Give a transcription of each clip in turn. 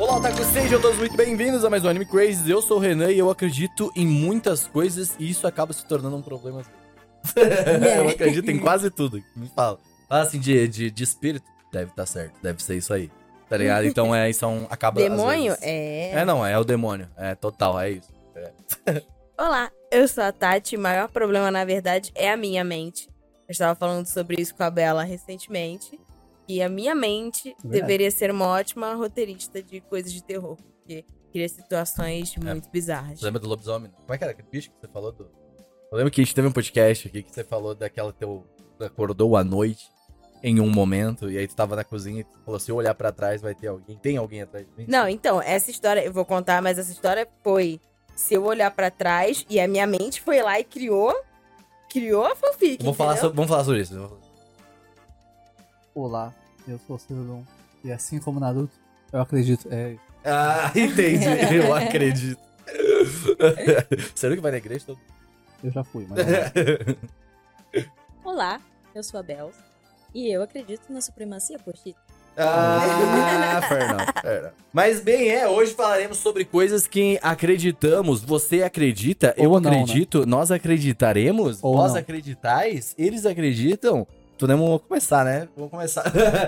Olá, Otaku, sejam todos muito bem-vindos a mais um Anime Crazy. Eu sou o Renan e eu acredito em muitas coisas e isso acaba se tornando um problema. Eu acredito em quase tudo. Me fala. Fala assim, de espírito, deve estar certo, deve ser isso aí. Tá ligado? Então isso acaba. Demônio? É o demônio. É total, é isso. Olá, eu sou a Tati. O maior problema, na verdade, é a minha mente. Eu estava falando sobre isso com a Bela recentemente. E a minha mente deveria ser uma ótima roteirista de coisas de terror. Porque cria situações muito bizarras. Você lembra do lobisomem? Como é que era aquele bicho que você falou? Eu lembro que a gente teve um podcast aqui que você falou daquela teu... Acordou à noite em um momento e aí tu tava na cozinha e tu falou, se eu olhar pra trás vai ter alguém. Tem alguém atrás de mim? Não, então, essa história, eu vou contar, mas essa história foi... Se eu olhar pra trás e a minha mente foi lá e criou a fanfic, Vamos falar sobre isso. Olá, eu sou o Silvio e assim como Naruto, eu acredito. Ah, entendi. Eu acredito. Você nunca vai na igreja? Todo? Eu já fui, mas Olá, eu sou a Bels e eu acredito na supremacia pochita. Fair enough. Mas bem, hoje falaremos sobre coisas que acreditamos. Você acredita, Ou eu não, acredito, né? Nós acreditaremos, Ou vós não. acreditais, eles acreditam. Podemos começar, né? Vamos começar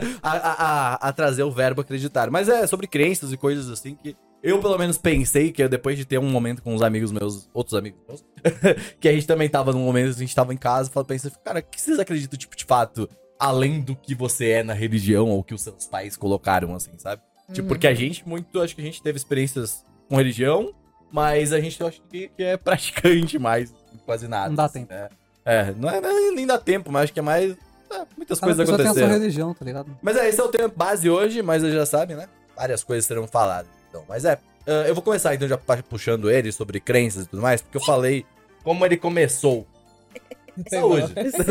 a trazer o verbo acreditar. Mas é sobre crenças e coisas assim que eu pelo menos pensei que depois de ter um momento com os amigos meus, outros amigos meus, que a gente também tava num momento, a gente tava em casa, pensei, cara, o que vocês acreditam, tipo, de fato, além do que você é na religião ou que os seus pais colocaram, assim, sabe? Tipo, porque a gente acho que a gente teve experiências com religião, mas a gente eu acho que é praticante mais, quase nada. Não dá assim, tempo. né? Não é nem dá tempo, mas acho que é mais... muitas cada coisas pessoa tem a sua aconteceram. religião, tá ligado? Mas esse é o tema base hoje, mas vocês já sabem, né? Várias coisas serão faladas. Então, mas eu vou começar então já puxando ele sobre crenças e tudo mais, porque eu falei como ele começou. Saúde.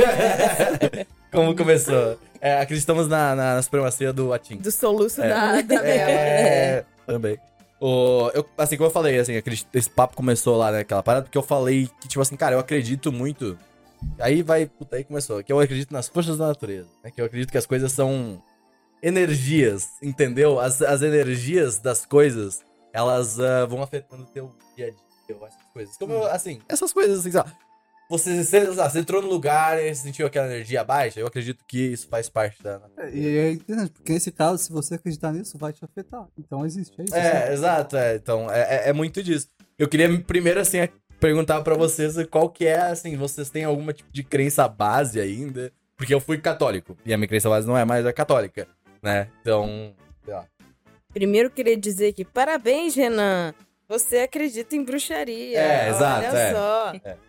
Como começou. Acreditamos na supremacia do Atim. Do soluço da Também. Assim, como eu falei, assim, esse papo começou lá naquela parada, porque eu falei que, tipo assim, cara, eu acredito muito. Aí começou. Que eu acredito nas forças da natureza. Né? Que eu acredito que as coisas são energias, entendeu? As energias das coisas, elas vão afetando o teu dia a dia, essas coisas. Como, assim, essas coisas, assim, sabe? Você entrou no lugar e sentiu aquela energia baixa, eu acredito que isso faz parte da natureza. E é interessante, porque nesse caso, se você acreditar nisso, vai te afetar. Então existe, é isso. Exato, Então, é muito disso. Eu queria primeiro, assim, perguntar pra vocês qual que é, assim, vocês têm alguma tipo de crença base ainda? Porque eu fui católico, e a minha crença base não é mais a católica, né? Então, sei lá. Primeiro, queria dizer que parabéns, Renan. Você acredita em bruxaria. Exato, Olha só.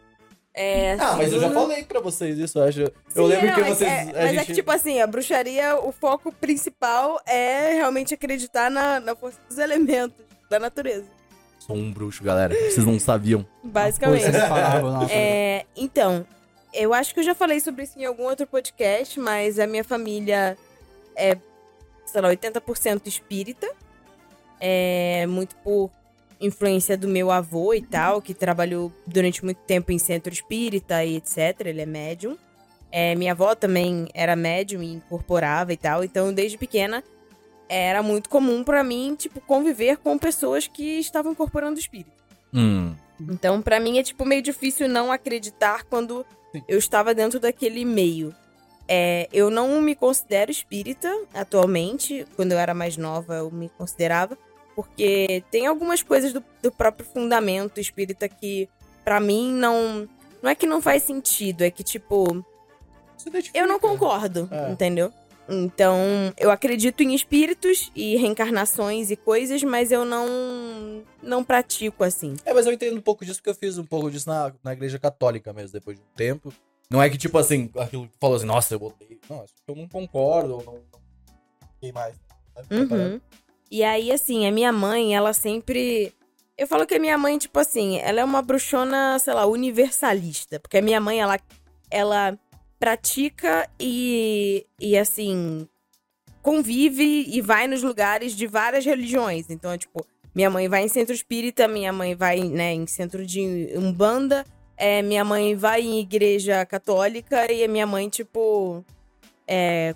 Mas eu já falei pra vocês isso, eu acho. Eu lembro que vocês... Mas é que, tipo assim, a bruxaria, o foco principal é realmente acreditar na força dos elementos, da natureza. Sou um bruxo, galera. Vocês não sabiam. Basicamente. Vocês falavam, nossa. Então, eu acho que eu já falei sobre isso em algum outro podcast, mas a minha família é, sei lá, 80% espírita. Muito por influência do meu avô e tal, que trabalhou durante muito tempo em centro espírita e etc. Ele é médium. Minha avó também era médium e incorporava e tal. Então, desde pequena, era muito comum pra mim, tipo, conviver com pessoas que estavam incorporando espírito. Então, pra mim, é, tipo, meio difícil não acreditar quando eu estava dentro daquele meio. Eu não me considero espírita atualmente. Quando eu era mais nova, eu me considerava. Porque tem algumas coisas do próprio fundamento espírita que, pra mim, não é que não faz sentido. É que, tipo, eu não concordo, entendeu? Então, eu acredito em espíritos e reencarnações e coisas, mas eu não pratico assim. Mas eu entendo um pouco disso, porque eu fiz um pouco disso na igreja católica mesmo, depois de um tempo. Não é que, tipo assim, aquilo que falou assim, nossa, eu odeio. Não, acho que eu não concordo, ou não fiquei mais. Uhum. E aí, assim, a minha mãe, ela sempre... Eu falo que a minha mãe, tipo assim, ela é uma bruxona, sei lá, universalista. Porque a minha mãe, ela pratica e assim, convive e vai nos lugares de várias religiões. Então, é tipo, minha mãe vai em centro espírita, minha mãe vai, né, em centro de umbanda, minha mãe vai em igreja católica e a minha mãe, tipo,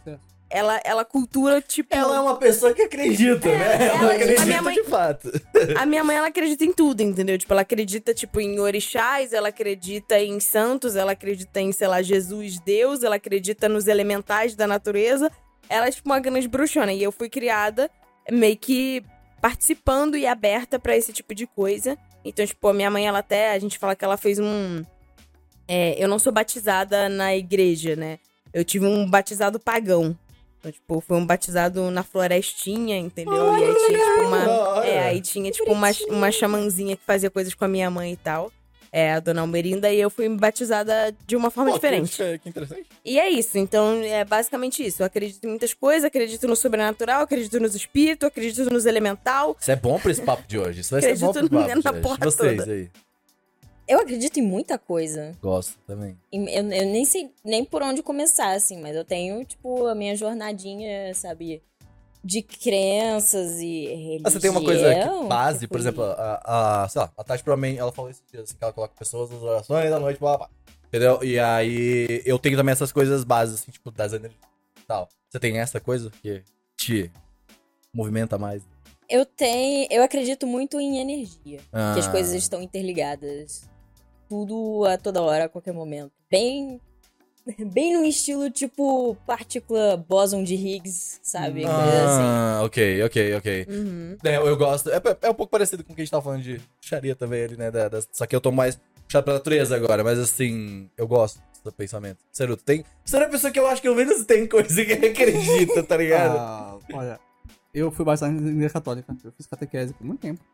ela cultura, tipo... Ela é uma pessoa que acredita, né? Ela acredita a minha mãe- de fato. A minha mãe, ela acredita em tudo, entendeu? Tipo, ela acredita, tipo, em orixás, ela acredita em santos, ela acredita em, sei lá, Jesus, Deus, ela acredita nos elementais da natureza. Ela é, tipo, uma grande bruxona. E eu fui criada meio que participando e aberta pra esse tipo de coisa. Então, tipo, a minha mãe, ela até... A gente fala que ela fez um... eu não sou batizada na igreja, né? Eu tive um batizado pagão. Então, tipo, foi um batizado na florestinha, entendeu? E aí tinha, tipo, aí tinha, tipo, uma xamãzinha que fazia coisas com a minha mãe e tal. A dona Almerinda, e eu fui batizada de uma forma diferente. Que interessante. E é isso, então é basicamente isso. Eu acredito em muitas coisas, acredito no sobrenatural, acredito nos espíritos, acredito nos elemental. Isso é bom pra esse papo de hoje. Isso vai ser bom pro Acredito papo de na hoje. porra Vocês toda. aí. Eu acredito em muita coisa. Gosto também. Eu nem sei nem por onde começar, assim, mas eu tenho, tipo, a minha jornadinha, sabe, de crenças e religião. Você tem uma coisa que base, que por fui- exemplo, sei lá, a Tati provavelmente, ela falou esses dias, assim, que ela coloca pessoas nas orações da noite, blá, blá, blá. Entendeu? E aí, eu tenho também essas coisas bases, assim, tipo, das energias e tal. Você tem essa coisa que te movimenta mais? Eu acredito muito em energia. Que as Ah. coisas estão interligadas. Tudo a toda hora, a qualquer momento. Bem no estilo, tipo, partícula bóson de Higgs, sabe? Coisa assim. Ok. Uhum. Eu gosto. É um pouco parecido com o que a gente tava falando de bruxaria também ali, né? Só que eu tô mais puxado pra natureza agora. Mas assim, eu gosto do pensamento. Ceruto, você é uma pessoa que eu acho que ao menos tem coisa que acredita, tá ligado? Olha, eu fui batizado na igreja católica. Eu fiz catequese por muito tempo.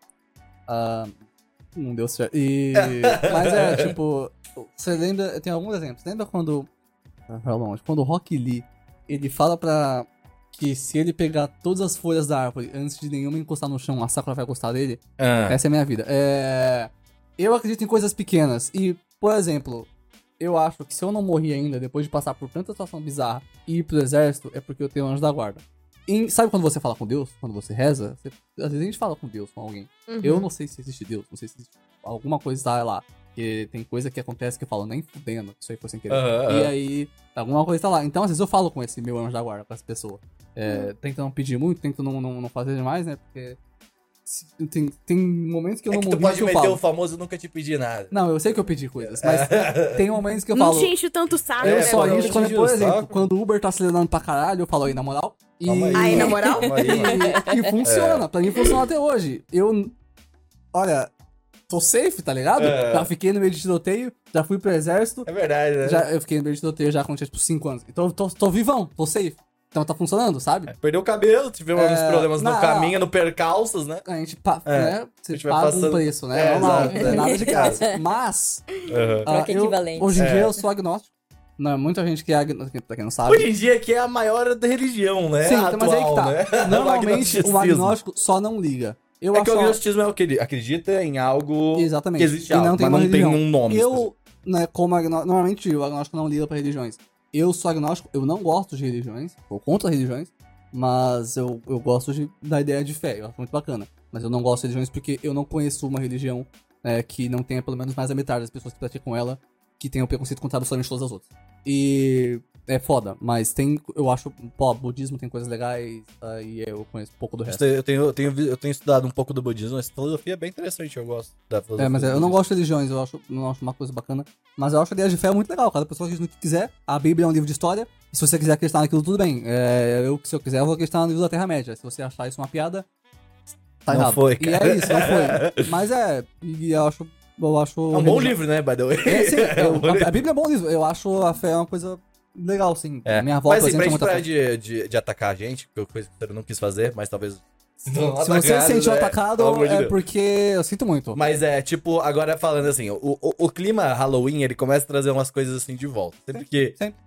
Não deu certo. Mas tipo, você lembra, tem alguns exemplos. Lembra quando o Rock Lee, ele fala que se ele pegar todas as folhas da árvore antes de nenhuma encostar no chão, a Sakura vai gostar dele? Essa é a minha vida. Eu acredito em coisas pequenas. E, por exemplo, eu acho que se eu não morri ainda, depois de passar por tanta situação bizarra e ir pro exército, é porque eu tenho anjo da guarda. Sabe quando você fala com Deus? Quando você reza? Às vezes a gente fala com Deus, com alguém. Uhum. Eu não sei se existe Deus, não sei se existe alguma coisa está lá. Porque tem coisa que acontece que eu falo, nem fudendo, que isso aí foi sem querer. E aí, alguma coisa tá lá. Então, às vezes eu falo com esse meu anjo da guarda, com essa pessoa. Tento não pedir muito, tento não fazer demais, né? Porque tem momentos que eu não que morri, tu pode que eu meter falo. o famoso nunca te pedi nada. Não, eu sei que eu pedi coisas, mas tem momentos que eu Não falo... te enche tanto saco, É né? só não isso, te quando, enche por o exemplo, saco. quando o Uber tá acelerando pra caralho, eu falo aí, na moral. Calma aí. Aí, na moral? Calma aí, mano. E funciona, pra mim funciona até hoje. Olha, tô safe, tá ligado? Já fiquei no meio de tiroteio, já fui pro exército. É verdade, né? Eu fiquei no meio de tiroteio já quando tinha, tipo, 5 anos. Então eu tô vivão, tô safe. Então tá funcionando, sabe? Perdeu o cabelo, tivemos alguns problemas no caminho, no percalços, né? A gente, A né? Você gente vai paga passando- um preço, né? Normal, exato. não é nada de graça. Mas, Troca equivalente. hoje em dia eu sou agnóstico. Não, é muita gente que é agnóstico, pra quem não sabe. Hoje em dia que é a maior da religião, né? Sim, Atual, mas aí que tá. né? Normalmente o agnosticismo. agnóstico só não liga. Eu É que o acho agnosticismo é o que ele acredita em algo Exatamente. que existe E algo, não tem mas uma não tem religião. um nome. Eu, né, como normalmente o agnóstico não liga pra religiões. Eu sou agnóstico, eu não gosto de religiões, sou contra religiões, mas eu gosto da ideia de fé, eu acho muito bacana. Mas eu não gosto de religiões porque eu não conheço uma religião que não tenha pelo menos mais da metade das pessoas que praticam ela, que tenham preconceito contra absolutamente todas as outras. E é foda, mas eu acho, budismo tem coisas legais, e eu conheço um pouco do resto. Eu tenho estudado um pouco do budismo, essa filosofia é bem interessante, eu gosto da filosofia. Mas eu não gosto de religiões, não acho uma coisa bacana. Mas eu acho a ideia de fé muito legal, cada pessoa acredita no que quiser. A Bíblia é um livro de história, e se você quiser acreditar naquilo, tudo bem. Se eu quiser, eu vou acreditar no livro da Terra-média. Se você achar isso uma piada, tá Não errado. foi, E cara. é isso, não foi. Mas e eu acho... É um bom livro, né, by the way? Sim, a Bíblia é um bom livro. Eu acho a fé uma coisa legal, sim. Minha avó, Mas por assim, pra exemplo, gente tem muita parar fé. de atacar a gente, que é coisa que você não quis fazer, mas talvez... Se você se sentiu atacado, pelo amor de é Deus. porque eu sinto muito. Mas tipo, agora falando assim, o clima Halloween, ele começa a trazer umas coisas assim de volta. Sempre que... Sempre.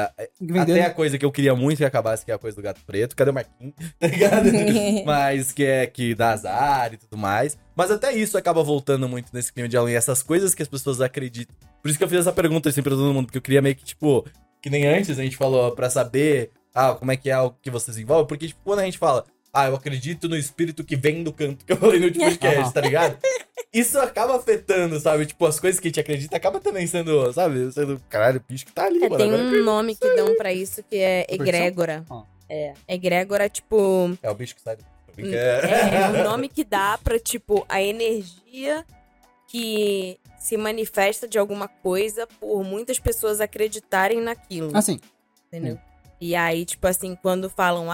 Até a coisa que eu queria muito que acabasse, que é a coisa do gato preto. Cadê o Marquinhos? Tá ligado? Mas que dá azar e tudo mais. Mas até isso acaba voltando muito nesse clima de Halloween. Essas coisas que as pessoas acreditam. Por isso que eu fiz essa pergunta assim pra todo mundo. Porque eu queria meio que, tipo... Que nem antes a gente falou pra saber... como é que é o que você desenvolve. Porque, tipo, quando a gente fala... eu acredito no espírito que vem do canto que eu falei no último podcast, tá ligado? Isso acaba afetando, sabe? Tipo, as coisas que a gente acredita acaba também sendo, sabe? Sendo, caralho, o bicho que tá ali, mano. Tem Agora um nome que dão pra isso que é egrégora. Egrégora, tipo... É o bicho que sai do... É o nome que dá pra, tipo, a energia que se manifesta de alguma coisa por muitas pessoas acreditarem naquilo. Assim, Entendeu? E aí, tipo assim, quando falam,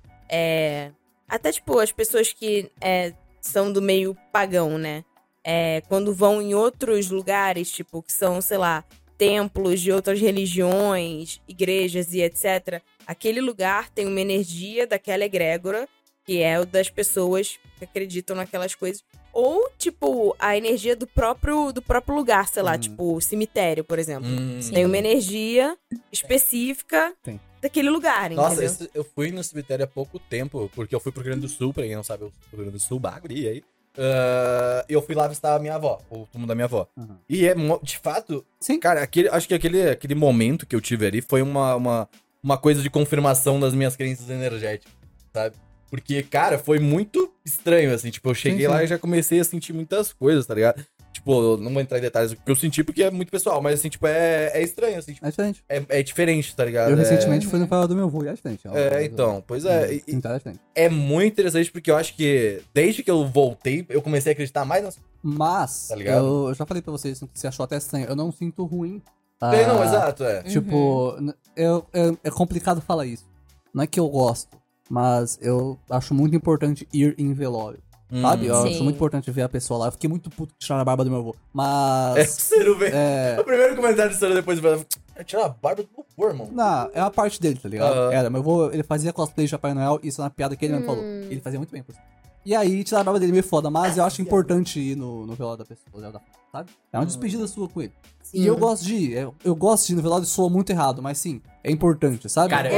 até, tipo, as pessoas que são do meio pagão, né? Quando vão em outros lugares, tipo, que são, sei lá, templos de outras religiões, igrejas e etc. Aquele lugar tem uma energia daquela egrégora, que é o das pessoas que acreditam naquelas coisas. Ou, tipo, a energia do próprio lugar, sei lá, tipo, o cemitério, por exemplo. Tem uma energia específica daquele lugar, Nossa, entendeu? eu fui no cemitério há pouco tempo, porque eu fui pro Rio Grande do Sul, pra quem não sabe, eu fui pro Rio Grande do Sul, bagulho aí. Eu fui lá visitar a minha avó, o túmulo da minha avó. E de fato, cara, acho que aquele momento que eu tive ali foi uma coisa de confirmação das minhas crenças energéticas, sabe? Porque, cara, foi muito estranho, assim, tipo, eu cheguei lá e já comecei a sentir muitas coisas, tá ligado? Tipo, eu não vou entrar em detalhes do que eu senti, porque é muito pessoal, mas, assim, tipo, é estranho, assim, tipo, é diferente. é diferente, tá ligado? Eu recentemente fui no velório do meu avô e é diferente. Então, pois é. É diferente. É muito interessante porque eu acho que desde que eu voltei, eu comecei a acreditar mais nas... Mas, Tá ligado? eu já falei pra vocês, você achou até estranho, eu não sinto ruim. Não, exato, Tipo, é complicado falar isso. Não é que eu gosto, mas eu acho muito importante ir em velório. Sabe? Eu acho muito importante ver a pessoa lá. Eu fiquei muito puto que tiraram a barba do meu avô. Mas. Você não vê. O primeiro comentário do senhor depois tirar a barba do meu avô, irmão. Não, é uma parte dele, tá ligado? Era, meu avô, ele fazia cosplay de Papai Noel, isso é uma piada que ele mesmo falou. Ele fazia muito bem, por isso. E aí, tirar a barba dele meio foda, mas eu acho importante ir no velório da pessoa, sabe? É uma despedida sua com ele. Sim. E eu gosto de ir. Eu gosto de ir no velório, soa muito errado, mas sim, é importante, sabe? Cara,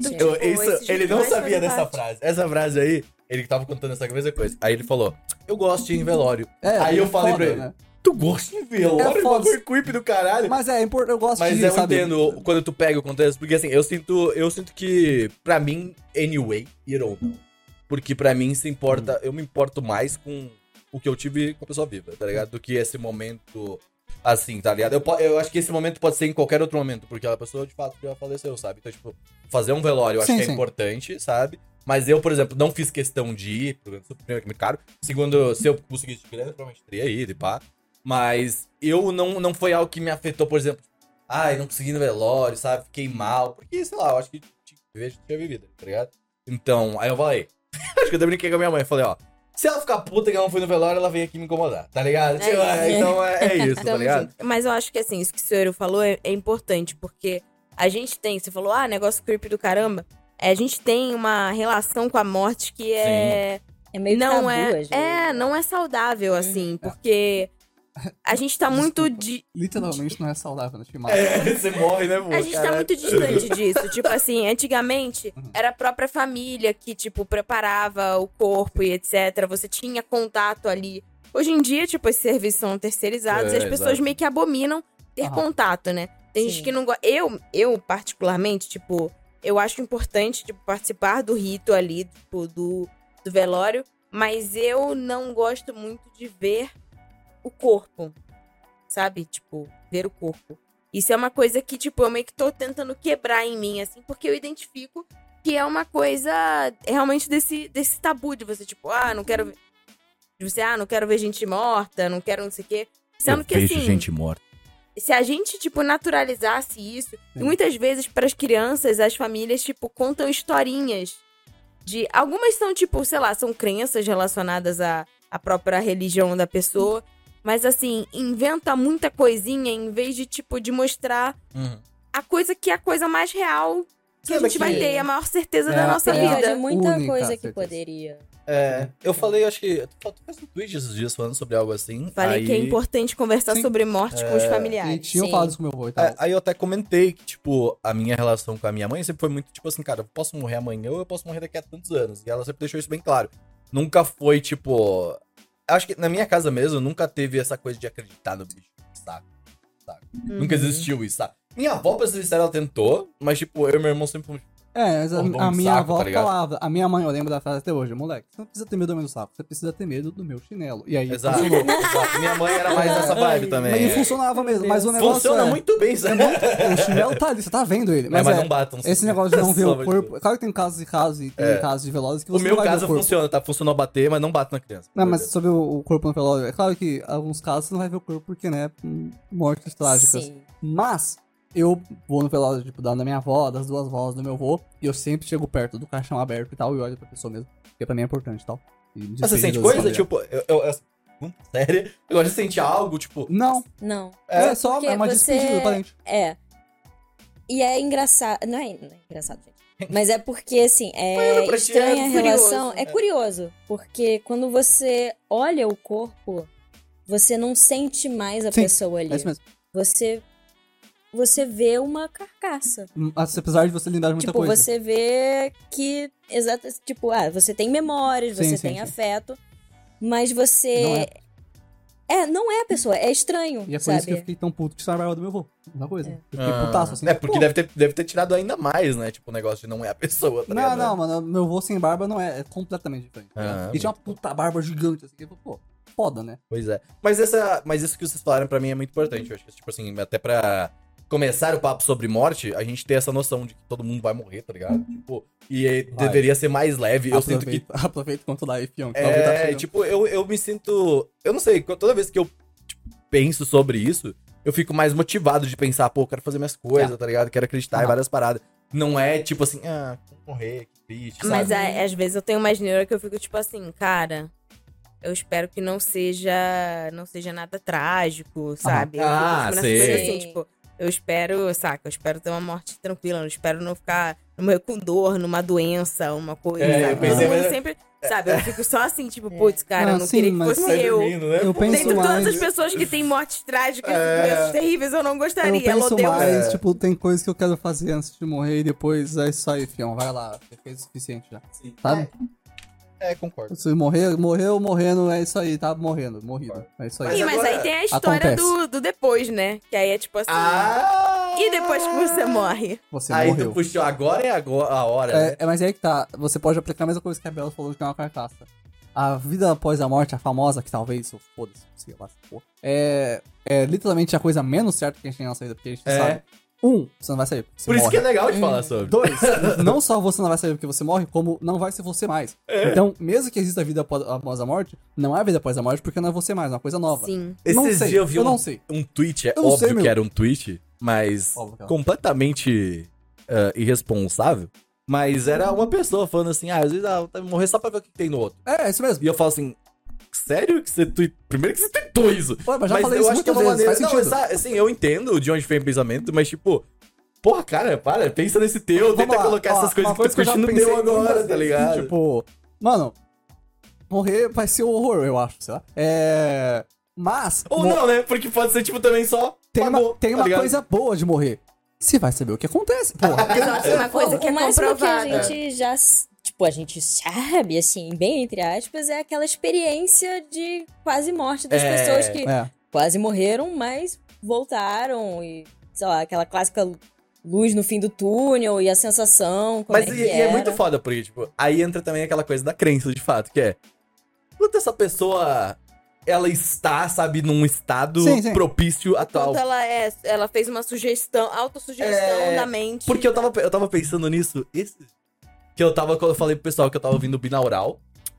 ele não sabia dessa frase. Essa frase aí, ele tava contando essa mesma coisa. Aí ele falou, eu gosto de ir em velório. Aí eu falei pra ele, tu gosta de velório? Bagulho creepy do caralho. Mas é importante, eu gosto de ir, Mas eu sabe? entendo quando tu pega o contexto, porque assim, eu sinto que, pra mim, anyway, ir ou não. Porque pra mim se importa, eu me importo mais com o que eu tive com a pessoa viva, tá ligado? Do que esse momento assim, tá ligado? Eu acho que esse momento pode ser em qualquer outro momento, porque a pessoa de fato já faleceu, sabe? Então, tipo, fazer um velório eu acho que é importante, sabe? Mas eu, por exemplo, não fiz questão de ir, primeiro que é muito caro. Segundo, se eu conseguisse grana, provavelmente teria ido e pá. Mas eu não foi algo que me afetou, por exemplo, não consegui ir no velório, sabe? Fiquei mal. Porque, sei lá, eu acho que tinha vivido, tá ligado? Então, aí eu falei. Acho que eu até brinquei com a minha mãe. Falei, ó. Se ela ficar puta que ela não foi no velório, ela vem aqui me incomodar, tá ligado? Então é isso, tá ligado? Mas eu acho que assim, isso que o senhor falou é importante, porque a gente tem, você falou, negócio creepy do caramba. A gente tem uma relação com a morte que é meio não tabu, não é saudável, assim, porque a gente tá muito literalmente não é saudável, né? Você morre, né, pô? A gente tá muito distante disso. Tipo assim, antigamente era a própria família que, tipo, preparava o corpo e etc. Você tinha contato ali. Hoje em dia, tipo, esses serviços são terceirizados e as pessoas meio que abominam ter contato, né? Tem gente que não gosta. Eu, particularmente, tipo, eu acho importante, tipo, participar do rito ali, tipo, do velório, mas eu não gosto muito de ver o corpo, sabe? Tipo, ver o corpo. Isso é uma coisa que, tipo, eu meio que tô tentando quebrar em mim, assim, porque eu identifico que é uma coisa realmente desse tabu de você, tipo, não quero ver. De você, não quero ver gente morta, não quero não sei o quê. Sendo que, assim, gente morta. Se a gente, tipo, naturalizasse isso, e muitas vezes para as crianças, as famílias, tipo, contam historinhas de... Algumas são, tipo, sei lá, são crenças relacionadas à própria religião da pessoa. Mas, assim, inventa muita coisinha em vez de, tipo, de mostrar a coisa que é a coisa mais real que a gente vai ter, a maior certeza da nossa vida. Muita coisa que poderia. Eu falei, acho que... Tu fez um tweet esses dias falando sobre algo assim. Falei que é importante conversar sobre morte com os familiares. E tinham falado isso com meu avô e tal. Aí eu até comentei que, tipo, a minha relação com a minha mãe sempre foi muito, tipo assim, cara, eu posso morrer amanhã ou eu posso morrer daqui a tantos anos. E ela sempre deixou isso bem claro. Nunca foi, tipo... Acho que na minha casa mesmo, nunca teve essa coisa de acreditar no bicho, sabe? Nunca existiu isso, sabe? Minha avó, pra ser sincera, ela tentou, mas, tipo, eu e meu irmão sempre fomos, Mas a Cordão de minha saco, avó tá ligado? falava, a minha mãe, eu lembro da frase até hoje, moleque, você não precisa ter medo do meu saco, você precisa ter medo do meu chinelo. E aí Exato. funcionou. Exato. Minha mãe era mais dessa vibe também. Mas funcionava mesmo, mas o negócio Funciona muito bem, sabe? O chinelo tá ali, você tá vendo ele. Mas, Mas não batam. esse negócio de não ver Pelo o amor de corpo. Deus. Claro que tem casos e casos, e tem casos de velozes que O você meu não vai ver caso o corpo. funciona, tá? Funcionou bater, mas não bate na criança. Não, mas sobre o corpo no velório, é claro que em alguns casos você não vai ver o corpo porque, né, mortes trágicas. Sim. Mas eu vou no velório, tipo, da minha avó, das duas vós do meu avô, e eu sempre chego perto do caixão aberto e tal, e olho pra pessoa mesmo, porque pra mim é importante e tal. E Mas você despejo sente das coisa? famílias. Tipo, sério? Eu gosto de sentir algo, tipo... Não, Não. é só Porque uma você- despedida do parente. É. E é engraçado. Não é engraçado, gente. Mas é porque, assim, Mas pra ti é estranha a curioso, relação. né? É curioso. Porque quando você olha o corpo, você não sente mais a Sim, pessoa ali. É isso mesmo. Você vê uma carcaça. Apesar de você lembrar de muita Tipo, coisa. você vê que. Tipo, você tem memórias, Sim, você sim, tem sim. afeto. Mas você. Não é. Não é a pessoa, é estranho. E é por sabe? isso que eu fiquei tão puto que isso era a barba do meu avô. Uma coisa. Eu fiquei Ah, putaço, assim. porque pô. deve ter tirado ainda mais, né? Tipo, o negócio de não é a pessoa, tá Não, ligado? não, mano, meu avô sem barba não é completamente diferente. Ah, E tinha uma puta barba gigante, assim, que eu falei, pô, foda, né? Pois é. Mas isso que vocês falaram pra mim é muito importante. Eu acho que, tipo assim, até pra começar o papo sobre morte, a gente ter essa noção de que todo mundo vai morrer, tá ligado? Tipo, deveria ser mais leve. Eu sinto que... Aproveita enquanto dá aí, fião. que talvez tá chegando. tipo, eu me sinto... Eu não sei, toda vez que eu tipo, penso sobre isso, eu fico mais motivado de pensar, pô, eu quero fazer minhas coisas, tá ligado? Quero acreditar em várias paradas. Não é, tipo assim, vou morrer, que triste, Mas sabe? às vezes eu tenho umas neuras que eu fico tipo assim, cara, eu espero que não seja nada trágico, sabe? Eu fico, Ah, tipo, nessa sei. coisa assim, tipo, eu espero, saca? Eu espero ter uma morte tranquila, eu espero não morrer com dor, numa doença, uma coisa, É, sabe? eu pensei, Então, mas- sempre, sabe? Eu fico só assim, tipo, putz, cara, Ah, eu não sim, queria que mas fosse Sai eu. dormindo, né? Eu penso Dentre todas mais... as pessoas que têm mortes trágicas, É. doenças terríveis, eu não Eu gostaria. penso Deus. mais, tipo, tem coisas que eu quero fazer antes de morrer e depois é isso aí, fião, vai lá, você fez o suficiente já, sabe? Concordo. Se morreu, morrendo, é isso aí, tá morrendo, morrido, é isso aí. Sim, mas agora aí tem a história acontece. do depois, né? Que aí é tipo assim. E depois que você morre? Você Aí morreu. tu puxou, agora é a hora, né? Mas aí que tá, você pode aplicar a mesma coisa que a Bela falou de que é uma carcaça. A vida após a morte, a famosa, que talvez, foda-se, sei lá, se for, é literalmente a coisa menos certa que a gente tem na nossa vida, porque a gente sabe. Você não vai saber, porque você Por isso morre. que é legal de falar sobre. 2, não só você não vai saber porque você morre, como não vai ser você mais. Então, mesmo que exista vida após a morte, não é vida após a morte porque não é você mais, é uma coisa nova. Sim. Não Esses sei, dias eu vi não sei. um tweet, é Eu não sei, óbvio meu. que era um tweet, mas Óbvio que era. completamente irresponsável. Mas era uma pessoa falando assim, às vezes vai morrer só pra ver o que tem no outro. É isso mesmo. E eu falo assim, sério que você tweetou? Primeiro que você tweetou isso. Pô, mas já falei eu isso acho que é uma muitas maneira... vezes, faz Não, sentido. assim, eu entendo de onde vem o pensamento, mas tipo... Porra, cara, pensa nesse teu, tenta Vamos lá, colocar ó, essas coisas uma que tu eu já curtindo no pensei teu agora, muitas tá vezes, ligado? Tipo, mano, morrer vai ser um horror, eu acho, sei lá. Mas... Ou não, né? Porque pode ser, tipo, também só... Tem pagou, tem tá uma ligado? coisa boa de morrer. Você vai saber o que acontece, porra. Só que uma coisa que é O máximo que comprovada. a gente já, tipo, a gente sabe, assim, bem entre aspas, é aquela experiência de quase morte das pessoas que quase morreram, mas voltaram e, sei lá, aquela clássica luz no fim do túnel e a sensação, como Mas é que e é era. muito foda, porque, tipo, aí entra também aquela coisa da crença, de fato, que é... Quanto essa pessoa, ela está, sabe, num estado Sim. propício a tal... Quanto ela fez uma sugestão, autossugestão da mente. Porque eu tava pensando nisso, quando eu falei pro pessoal que eu tava ouvindo o binaural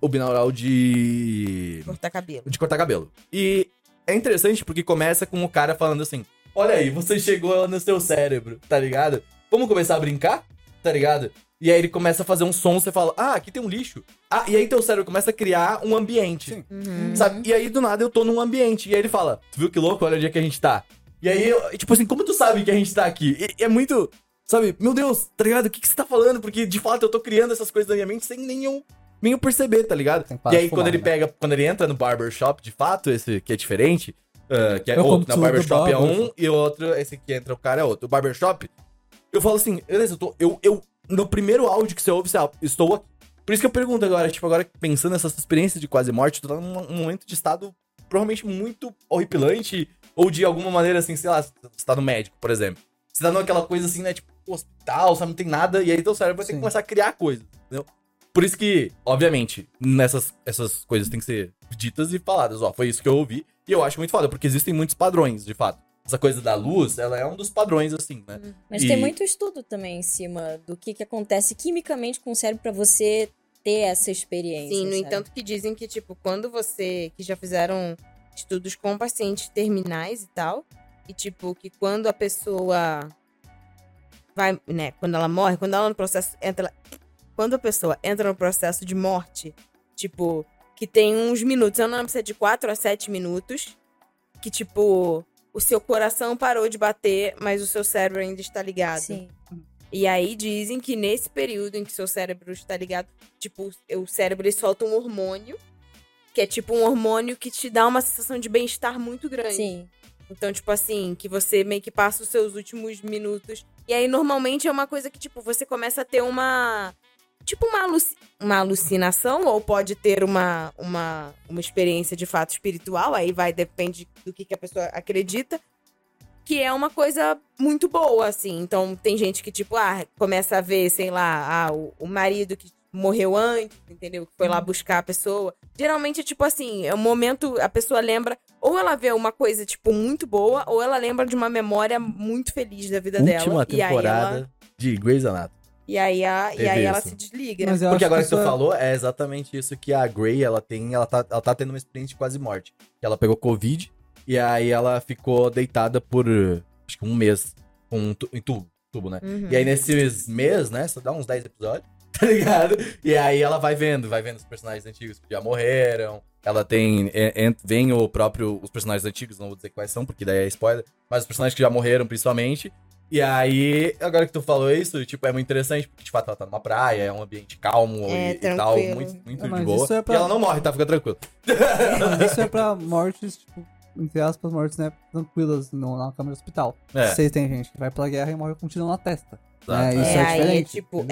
de Cortar cabelo. cortar cabelo. E é interessante porque começa com o cara falando assim, olha aí, você chegou no seu cérebro, tá ligado? Vamos começar a brincar? Tá ligado? E aí ele começa a fazer um som, você fala, aqui tem um lixo. E aí teu cérebro começa a criar um ambiente. Sabe? E aí do nada eu tô num ambiente. E aí ele fala, tu viu que louco? Olha onde é que a gente tá. E aí, tipo assim, como tu sabe que a gente tá aqui? E é muito, sabe? Meu Deus, tá ligado? O que você tá falando? Porque de fato eu tô criando essas coisas na minha mente sem nem eu perceber, tá ligado? Tem que parar E aí de fumar, quando ele entra no barbershop, de fato, esse que é diferente, que é Eu outro, na conto barbershop do é um, e o outro, esse que entra o cara é outro. O barbershop, eu falo assim, beleza, eu no primeiro áudio que você ouve, você estou aqui. Por isso que eu pergunto agora, tipo, agora pensando nessas experiências de quase morte, tu tá num momento de estado provavelmente muito horripilante, ou de alguma maneira, assim, sei lá, estado médico, por exemplo. Você tá naquela coisa assim, né? Tipo, hospital, sabe? Não tem nada. E aí teu cérebro vai ter que começar a criar coisas, entendeu? Por isso que, obviamente, essas coisas têm que ser ditas e faladas. Ó, foi isso que eu ouvi. E eu acho muito foda, porque existem muitos padrões, de fato. Essa coisa da luz, ela é um dos padrões, assim, né? Mas tem muito estudo também em cima do que acontece quimicamente com o cérebro pra você ter essa experiência. Sim, no entanto que dizem que, tipo, quando você... Que já fizeram estudos com pacientes terminais e tal. E, tipo, que quando a pessoa vai, né? Quando ela morre, quando ela no processo entra... Quando a pessoa entra no processo de morte, tipo, que tem uns minutos, eu não lembro se é de 4 a 7 minutos, que, tipo... O seu coração parou de bater, mas o seu cérebro ainda está ligado. Sim. E aí dizem que nesse período em que seu cérebro está ligado, tipo, o cérebro ele solta um hormônio, que é tipo um hormônio que te dá uma sensação de bem-estar muito grande. Sim. Então, tipo assim, que você meio que passa os seus últimos minutos. E aí, normalmente, é uma coisa que, tipo, você começa a ter uma... Tipo, uma alucinação, ou pode ter uma experiência de fato espiritual, aí depende do que a pessoa acredita, que é uma coisa muito boa, assim. Então, tem gente que, tipo, começa a ver, sei lá, o marido que morreu antes, entendeu? Que foi lá buscar a pessoa. Geralmente, tipo assim, é um momento, a pessoa lembra, ou ela vê uma coisa, tipo, muito boa, ou ela lembra de uma memória muito feliz da vida dela. Última temporada de Grey's Anatomy. E aí ela se desliga. Porque agora que você falou, é exatamente isso que a Grey, ela tá tendo uma experiência de quase morte. Ela pegou Covid, e aí ela ficou deitada por, acho que um mês, em tubo, né? Uhum. E aí nesses meses, né, só dá uns 10 episódios, tá ligado? E aí ela vai vendo os personagens antigos que já morreram. Ela vem os personagens antigos, não vou dizer quais são, porque daí é spoiler, mas os personagens que já morreram, principalmente. E aí, agora que tu falou isso, tipo, é muito interessante, porque, de fato, ela tá numa praia, é um ambiente calmo e tal, muito de boa. E ela não morre, tá? Fica tranquilo. Isso é pra mortes, tipo, entre aspas, mortes, né, tranquilas na cama de hospital. Vocês tem gente que vai pra guerra e morre com um tiro na testa. Né? Isso é diferente. Tipo,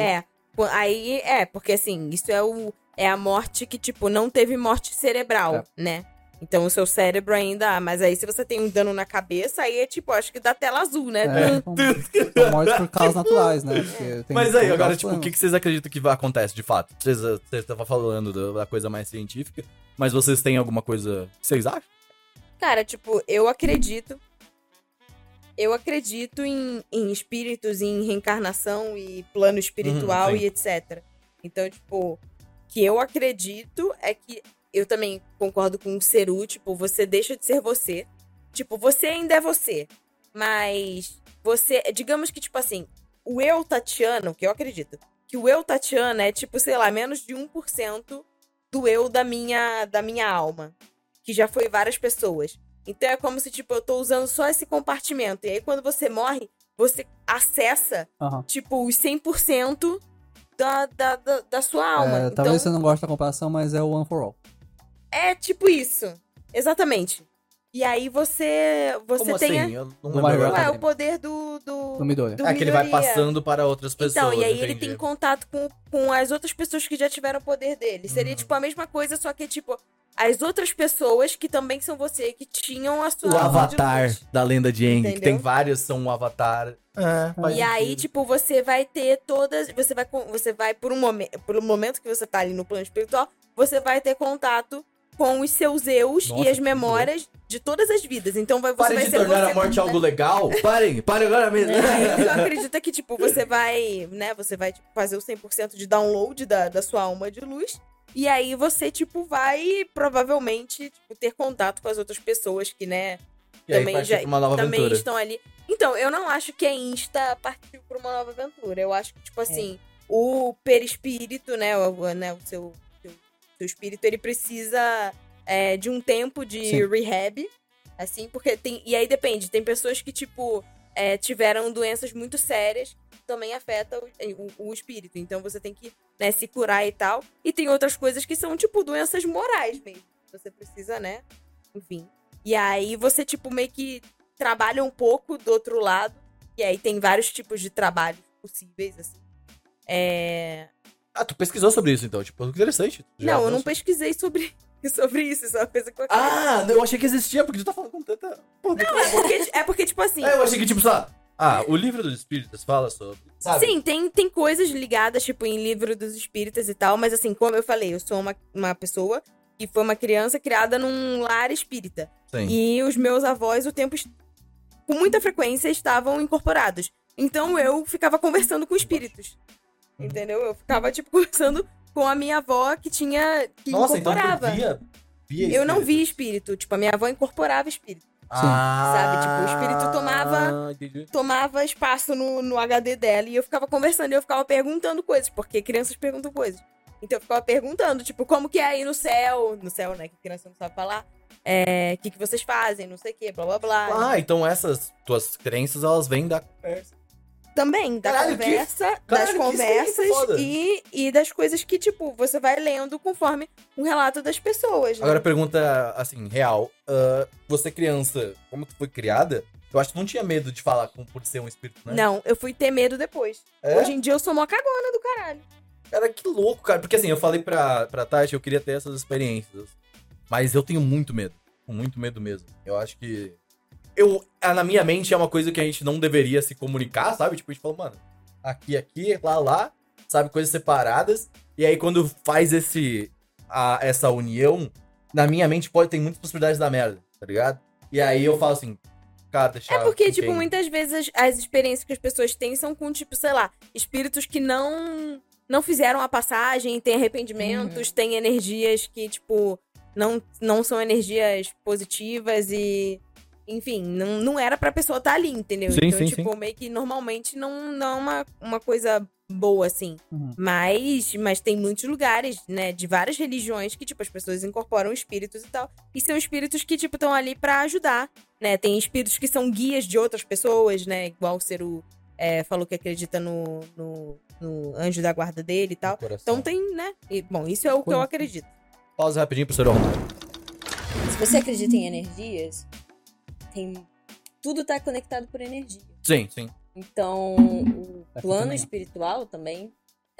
aí porque assim, isso é a morte que, tipo, não teve morte cerebral, né? Então o seu cérebro ainda... Mas aí se você tem um dano na cabeça, aí é tipo, acho que dá tela azul, né? São mortes por causas naturais, né? Mas aí, agora, tipo, o que vocês acreditam que acontece de fato? Vocês estavam falando da coisa mais científica, mas vocês têm alguma coisa que vocês acham? Cara, tipo, eu acredito em espíritos, em reencarnação e plano espiritual e etc. Então, tipo, o que eu acredito é que eu também concordo com o Seru, tipo, você deixa de ser você. Tipo, você ainda é você. Mas você, digamos que, tipo assim, o eu, Tatiana, que eu acredito, que o eu, Tatiana, é tipo, sei lá, menos de 1% do eu da minha alma. Que já foi várias pessoas. Então é como se, tipo, eu tô usando só esse compartimento. E aí, quando você morre, você acessa, tipo, os 100% da sua alma. Então, talvez você não goste da comparação, mas é o One for All. É tipo isso. Exatamente. E aí você como tem... assim? Eu não lembro. É o poder do Midoriya. Que ele vai passando para outras pessoas. Então, e aí ele tem contato com as outras pessoas que já tiveram o poder dele. Seria, tipo, a mesma coisa, só que, tipo, as outras pessoas que também são você, que tinham a sua... O avatar da lenda de Aang, que tem vários, são um avatar. E aí, tipo, você vai ter todas... Você vai por um momento que você tá ali no plano espiritual, você vai ter contato com os seus eus e as memórias de todas as vidas. Então você vai ser tornar a morte algo legal? Parem agora mesmo. Eu acredito que, tipo, você vai, né, tipo, fazer o 100% de download da sua alma de luz. E aí você, tipo, vai provavelmente, tipo, ter contato com as outras pessoas que, né, e também aí já uma nova também aventura. Estão ali. Então, eu não acho que a Insta partiu pra uma nova aventura. Eu acho que, tipo assim, o perispírito, né, o seu espírito, ele precisa de um tempo de rehab, assim, porque tem... E aí depende, tem pessoas que, tipo, tiveram doenças muito sérias, que também afetam o espírito. Então você tem que, né, se curar e tal. E tem outras coisas que são, tipo, doenças morais mesmo. Você precisa, né, enfim. E aí você, tipo, meio que trabalha um pouco do outro lado. E aí tem vários tipos de trabalhos possíveis, assim. Tu pesquisou sobre isso, então? Tipo, interessante. Não, eu não pesquisei sobre isso. Isso é uma coisa que eu acredito. Eu achei que existia, porque tu tá falando com tanta... Não, é porque, tipo assim... eu achei que, tipo, só... Ah, o livro dos espíritos fala sobre, sabe? Sim, tem coisas ligadas, tipo, em livro dos espíritas e tal, mas assim, como eu falei, eu sou uma pessoa que foi uma criança criada num lar espírita. Sim. E os meus avós, com muita frequência, estavam incorporados. Então eu ficava conversando com espíritos. Entendeu? Eu ficava, tipo, conversando com a minha avó que Nossa, incorporava. Então tu via eu não via espírito. Tipo, a minha avó incorporava espírito. Ah, Sabe? Tipo, o espírito tomava espaço no HD dela e eu ficava conversando e eu ficava perguntando coisas, porque crianças perguntam coisas. Então eu ficava perguntando, tipo, como que é aí no céu, né, que criança não sabe falar, o que vocês fazem, não sei o que, blá blá blá. Ah, então essas tuas crenças, elas vêm da conversa. Também, das conversas e das coisas que, tipo, você vai lendo conforme o relato das pessoas, né? Agora, pergunta, assim, real. Você criança, como tu foi criada, eu acho que tu não tinha medo de falar por ser um espírito, né? Não, eu fui ter medo depois. Hoje em dia eu sou mó cagona do caralho. Cara, que louco, cara. Porque assim, eu falei pra Tati, eu queria ter essas experiências. Mas eu tenho muito medo. Muito medo mesmo. Eu acho que... na minha mente é uma coisa que a gente não deveria se comunicar, sabe? Tipo, a gente fala, mano, aqui, lá, sabe? Coisas separadas. E aí, quando faz essa união, na minha mente ter muitas possibilidades da merda, tá ligado? E aí eu falo assim, cara, deixa... É porque, tipo, muitas vezes as experiências que as pessoas têm são com, tipo, sei lá, espíritos que não fizeram a passagem, têm arrependimentos, têm energias que, tipo, não são energias positivas e... Enfim, não era pra pessoa estar ali, entendeu? Sim, então, sim, tipo, meio que normalmente não é uma coisa boa, assim. Mas tem muitos lugares, né, de várias religiões que, tipo, as pessoas incorporam espíritos e tal. E são espíritos que, tipo, estão ali pra ajudar, né? Tem espíritos que são guias de outras pessoas, né? Igual o Ceru falou que acredita no anjo da guarda dele e tal. Então tem, né? Bom, isso é o que eu acredito. Pausa rapidinho pro Ceru arrumar. Se você acredita em energias... Tudo tá conectado por energia. Sim, sim. Então, o plano espiritual também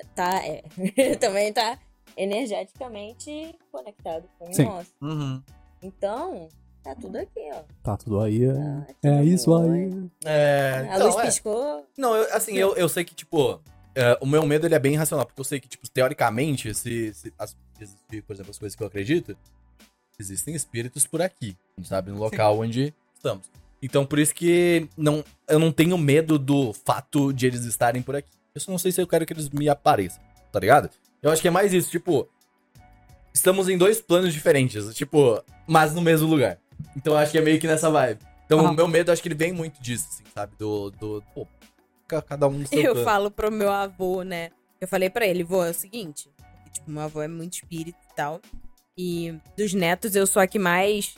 também tá energeticamente conectado com o nosso. Uhum. Então, tá tudo aqui, ó. Tá tudo aí. É isso aí. A luz piscou. Não, eu sei que, tipo, o meu medo ele é bem irracional, porque eu sei que, tipo, teoricamente, se por exemplo, as coisas que eu acredito, existem espíritos por aqui, sabe? No local onde estamos. Então, por isso que eu não tenho medo do fato de eles estarem por aqui. Eu só não sei se eu quero que eles me apareçam, tá ligado? Eu acho que é mais isso, tipo... Estamos em 2 planos diferentes, tipo... Mas no mesmo lugar. Então, eu acho que é meio que nessa vibe. Então, o meu medo, eu acho que ele vem muito disso, assim, sabe? Pô, cada um no seu plano. Eu falo pro meu avô, né? Eu falei pra ele, vô, é o seguinte... Tipo, meu avô é muito espírito e tal. E dos netos, eu sou a que mais...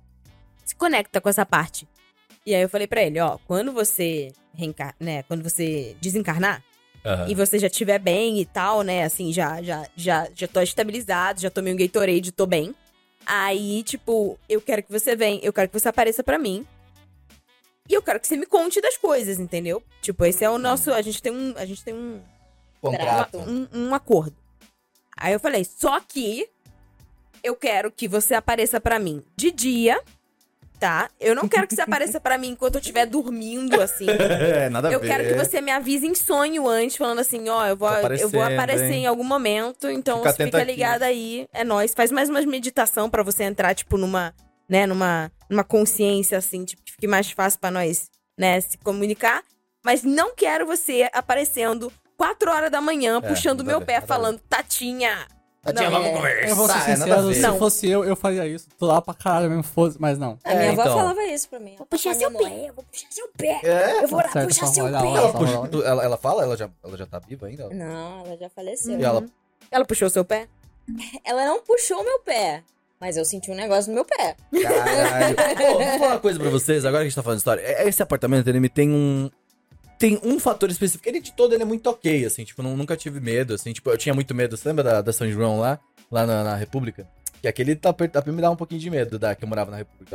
se conecta com essa parte. E aí eu falei pra ele, ó, quando você quando você desencarnar e você já estiver bem e tal, né, assim, já tô estabilizado, já tomei um Gatorade, tô bem. Aí, tipo, eu quero que você apareça pra mim. E eu quero que você me conte das coisas, entendeu? Tipo, esse é o nosso, a gente tem um contrato, um acordo. Aí eu falei, só que eu quero que você apareça pra mim de dia, tá? Eu não quero que você apareça pra mim enquanto eu estiver dormindo, assim. Nada a ver. Eu quero que você me avise em sonho antes, falando assim, ó, eu vou aparecer em algum momento, então fica ligada aí, é nóis. Faz mais uma meditação pra você entrar, tipo, numa consciência, assim, tipo, que fique mais fácil pra nós, né, se comunicar. Mas não quero você aparecendo 4 horas da manhã, puxando meu pé, falando, Tatinha... Vamos conversar. Eu vou ser sincero, se fosse eu faria isso. Tô lá pra caralho mesmo, fosse, mas não. A minha avó falava isso pra mim. Vou puxar seu pé, vou puxar seu pé. É? Eu vou lá puxar seu pé. Ela fala? Ela já tá viva ainda? Não, ela já faleceu. E ela puxou seu pé? Ela não puxou meu pé, mas eu senti um negócio no meu pé. Caralho. Pô, vou falar uma coisa pra vocês, agora que a gente tá falando de história. Esse apartamento, ele me tem um fator específico. Ele de todo, ele é muito ok, assim. Tipo, nunca tive medo, assim. Tipo, eu tinha muito medo. Você lembra da São João lá na República? E aquele me dá um pouquinho de medo, que eu morava na República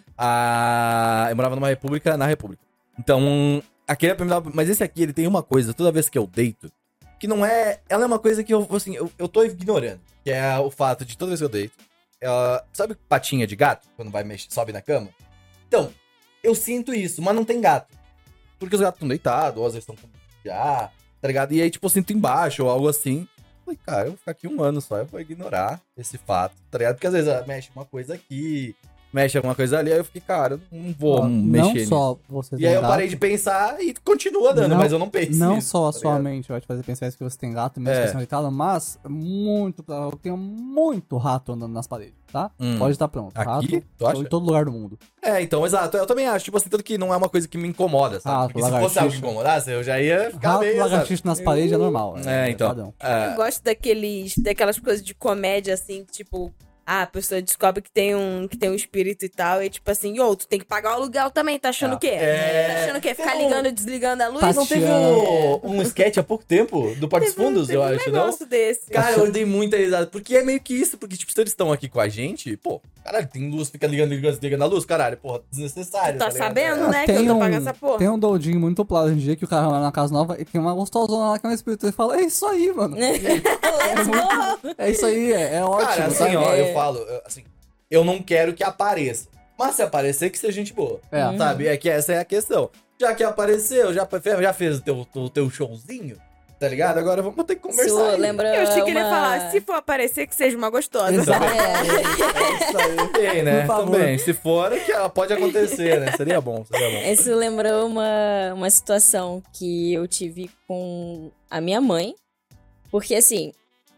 lá. Eu morava numa República na República. Então, aquele me dava... Mas esse aqui, ele tem uma coisa, toda vez que eu deito, que não é... Ela é uma coisa que eu tô ignorando. Que é o fato de toda vez que eu deito... sabe patinha de gato? Quando sobe na cama? Então, eu sinto isso, mas não tem gato. porque os gatos estão deitados, ou às vezes estão já, tá ligado? E aí, tipo, eu sinto embaixo ou algo assim. Falei, cara, eu vou ficar aqui 1 ano só, eu vou ignorar esse fato, tá ligado? Porque às vezes mexe uma coisa aqui, mexe alguma coisa ali, aí eu fiquei, cara, eu não vou mexer nisso. Não só você E aí eu parei de pensar e continua dando, mas eu não penso Não nisso, só a tá sua ligado? mente vai te fazer pensar isso que você tem gato, mesmo que você deitado, mas eu tenho muito rato andando nas paredes, tá? Pode estar pronto. Aqui? Rato, Tu acha? em todo lugar do mundo. Então, exato. Eu também acho, tipo assim, tanto que não é uma coisa que me incomoda, sabe? Rato, Porque se fosse algo que incomodasse, eu já ia ficar Rato, meio, lagartixa nas paredes é normal. então. Padrão. Eu gosto daquelas coisas de comédia, assim, tipo... a pessoa descobre que tem um espírito e tal, e tipo assim, tu tem que pagar o aluguel também, tá achando o quê? Tá achando o quê? Ficar ligando e desligando a luz? Tá Não teve um sketch há pouco tempo do Porta dos Fundos, eu acho, não? Desse. Cara, eu dei muita risada, porque é meio que isso, porque tipo, se eles estão aqui com a gente, pô, caralho, tem luz, fica ligando a luz, caralho, porra, desnecessário. Tá ligado? sabendo, né, que eu tô pagando essa porra. Tem um doldinho muito popular hoje em dia que o cara vai na casa nova e tem uma gostosona lá que é um espírito e fala, é isso aí, mano. É isso aí, é ótimo. Cara, assim, sabe? eu falo, assim, eu não quero que apareça. Mas se aparecer, que seja gente boa. Sabe? É que essa é a questão. Já que apareceu, já fez o teu showzinho, tá ligado? Agora vamos ter que conversar. Eu achei que ele ia falar, se for aparecer, que seja uma gostosa. Exato. Isso aí também, né? Também. Se for, que pode acontecer, né? Seria bom. Isso lembrou uma situação que eu tive com a minha mãe. Porque, assim,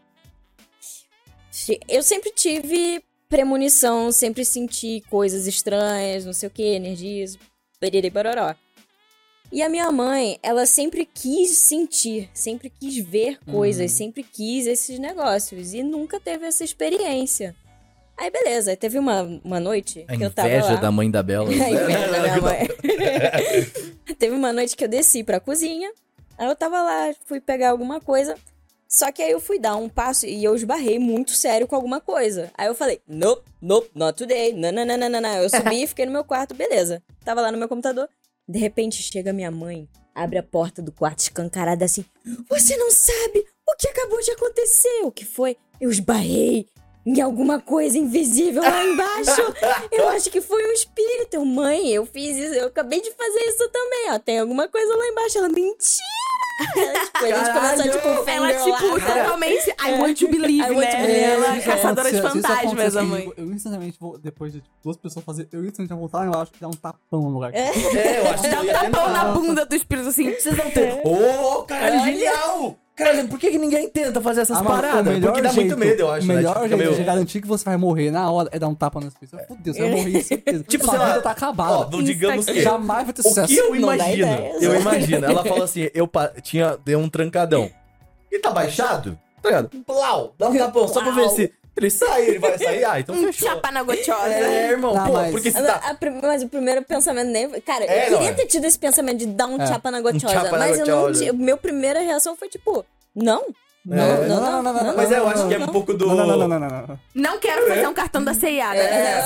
eu sempre tive premonição, sempre senti coisas estranhas, não sei o que, energias, beriri baroró. E a minha mãe, ela sempre quis sentir, sempre quis ver coisas, sempre quis esses negócios e nunca teve essa experiência. Aí beleza, teve uma noite que eu tava lá. A inveja da mãe da Bela. A inveja da minha mãe. Teve uma noite que eu desci pra cozinha, aí eu tava lá, fui pegar alguma coisa. Só que aí eu fui dar um passo e eu esbarrei muito sério com alguma coisa. Aí eu falei, nope, not today, não. Eu subi e fiquei no meu quarto, beleza. Tava lá no meu computador. De repente chega minha mãe, abre a porta do quarto escancarada assim. Você não sabe o que acabou de acontecer? O que foi? Eu esbarrei em alguma coisa invisível lá embaixo. Eu acho que foi um espírito. Mãe, eu fiz isso, eu acabei de fazer isso também, ó. Tem alguma coisa lá embaixo. Ela, mentira! A gente começou, tipo, ela, tipo, totalmente I want to believe, né? Ela é caçadora de fantasmas, a mãe. Eu instantanemente vou, depois de 2 pessoas fazer, eu instantanemente vou voltar embaixo e dar um tapão no lugar. Eu acho que dá um tapão na bunda do espírito, assim. Vocês não tem. Caralho, genial! Cara, por que ninguém tenta fazer essas paradas? Porque dá muito medo, eu acho. O melhor né? jeito de garantir que você vai morrer na hora é dar um tapa nas pessoas. Fudeu, você vai morrer, certeza. Tipo, sua sei lá, vida tá acabada. Não digamos que... Jamais vai ter sucesso. O que eu Não dá imagino? ideia. Eu imagino. Ela falou assim, deu um trancadão. E tá baixado? Tá ligado? Plau, dá um tapão, só pra ver se ele sai, ele vai sair. Então fechou. Chapa na gochosa. Irmão, Não, porque se tá... Mas o primeiro pensamento nem... Cara, eu queria ter tido esse pensamento de dar um chapa na gochosa. chapa na Mas gochosa. eu não... Meu primeira reação foi tipo... Não. Não. Mas eu acho que é um pouco do... Não. Não quero fazer um cartão da C&A, né?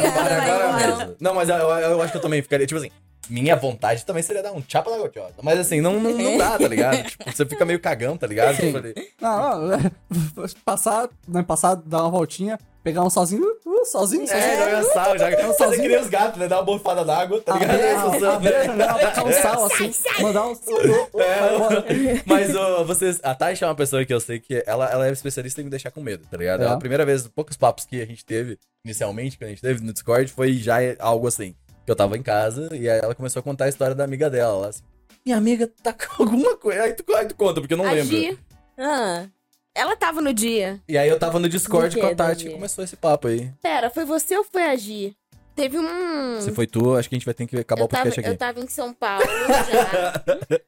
Não, mas eu acho que eu também ficaria, tipo assim, minha vontade também seria dar um chapa na gochosa. Mas assim, não dá, tá ligado? Tipo, você fica meio cagão, tá ligado? Sim. Passar, dar uma voltinha, pegar um sozinho. Joga sal, fazer que nem os gatos, né? Dar uma borrifada d'água, tá ligado? Pegar um sal assim, mandar um... Mas vocês... A Taixa é uma pessoa que eu sei que ela é especialista em me deixar com medo, tá ligado? A primeira vez, poucos papos que a gente teve, inicialmente, que a gente teve no Discord, foi já algo assim. Que eu tava em casa e aí ela começou a contar a história da amiga dela. Ela assim, minha amiga tá com alguma coisa. Aí tu conta, porque eu não lembro. Gi. Ela tava no dia. E aí eu tava no Discord com a Tati e começou esse papo aí. Pera, foi você ou foi a Gi? Teve Se foi tu, acho que a gente vai ter que acabar o podcast aqui. Eu tava em São Paulo já.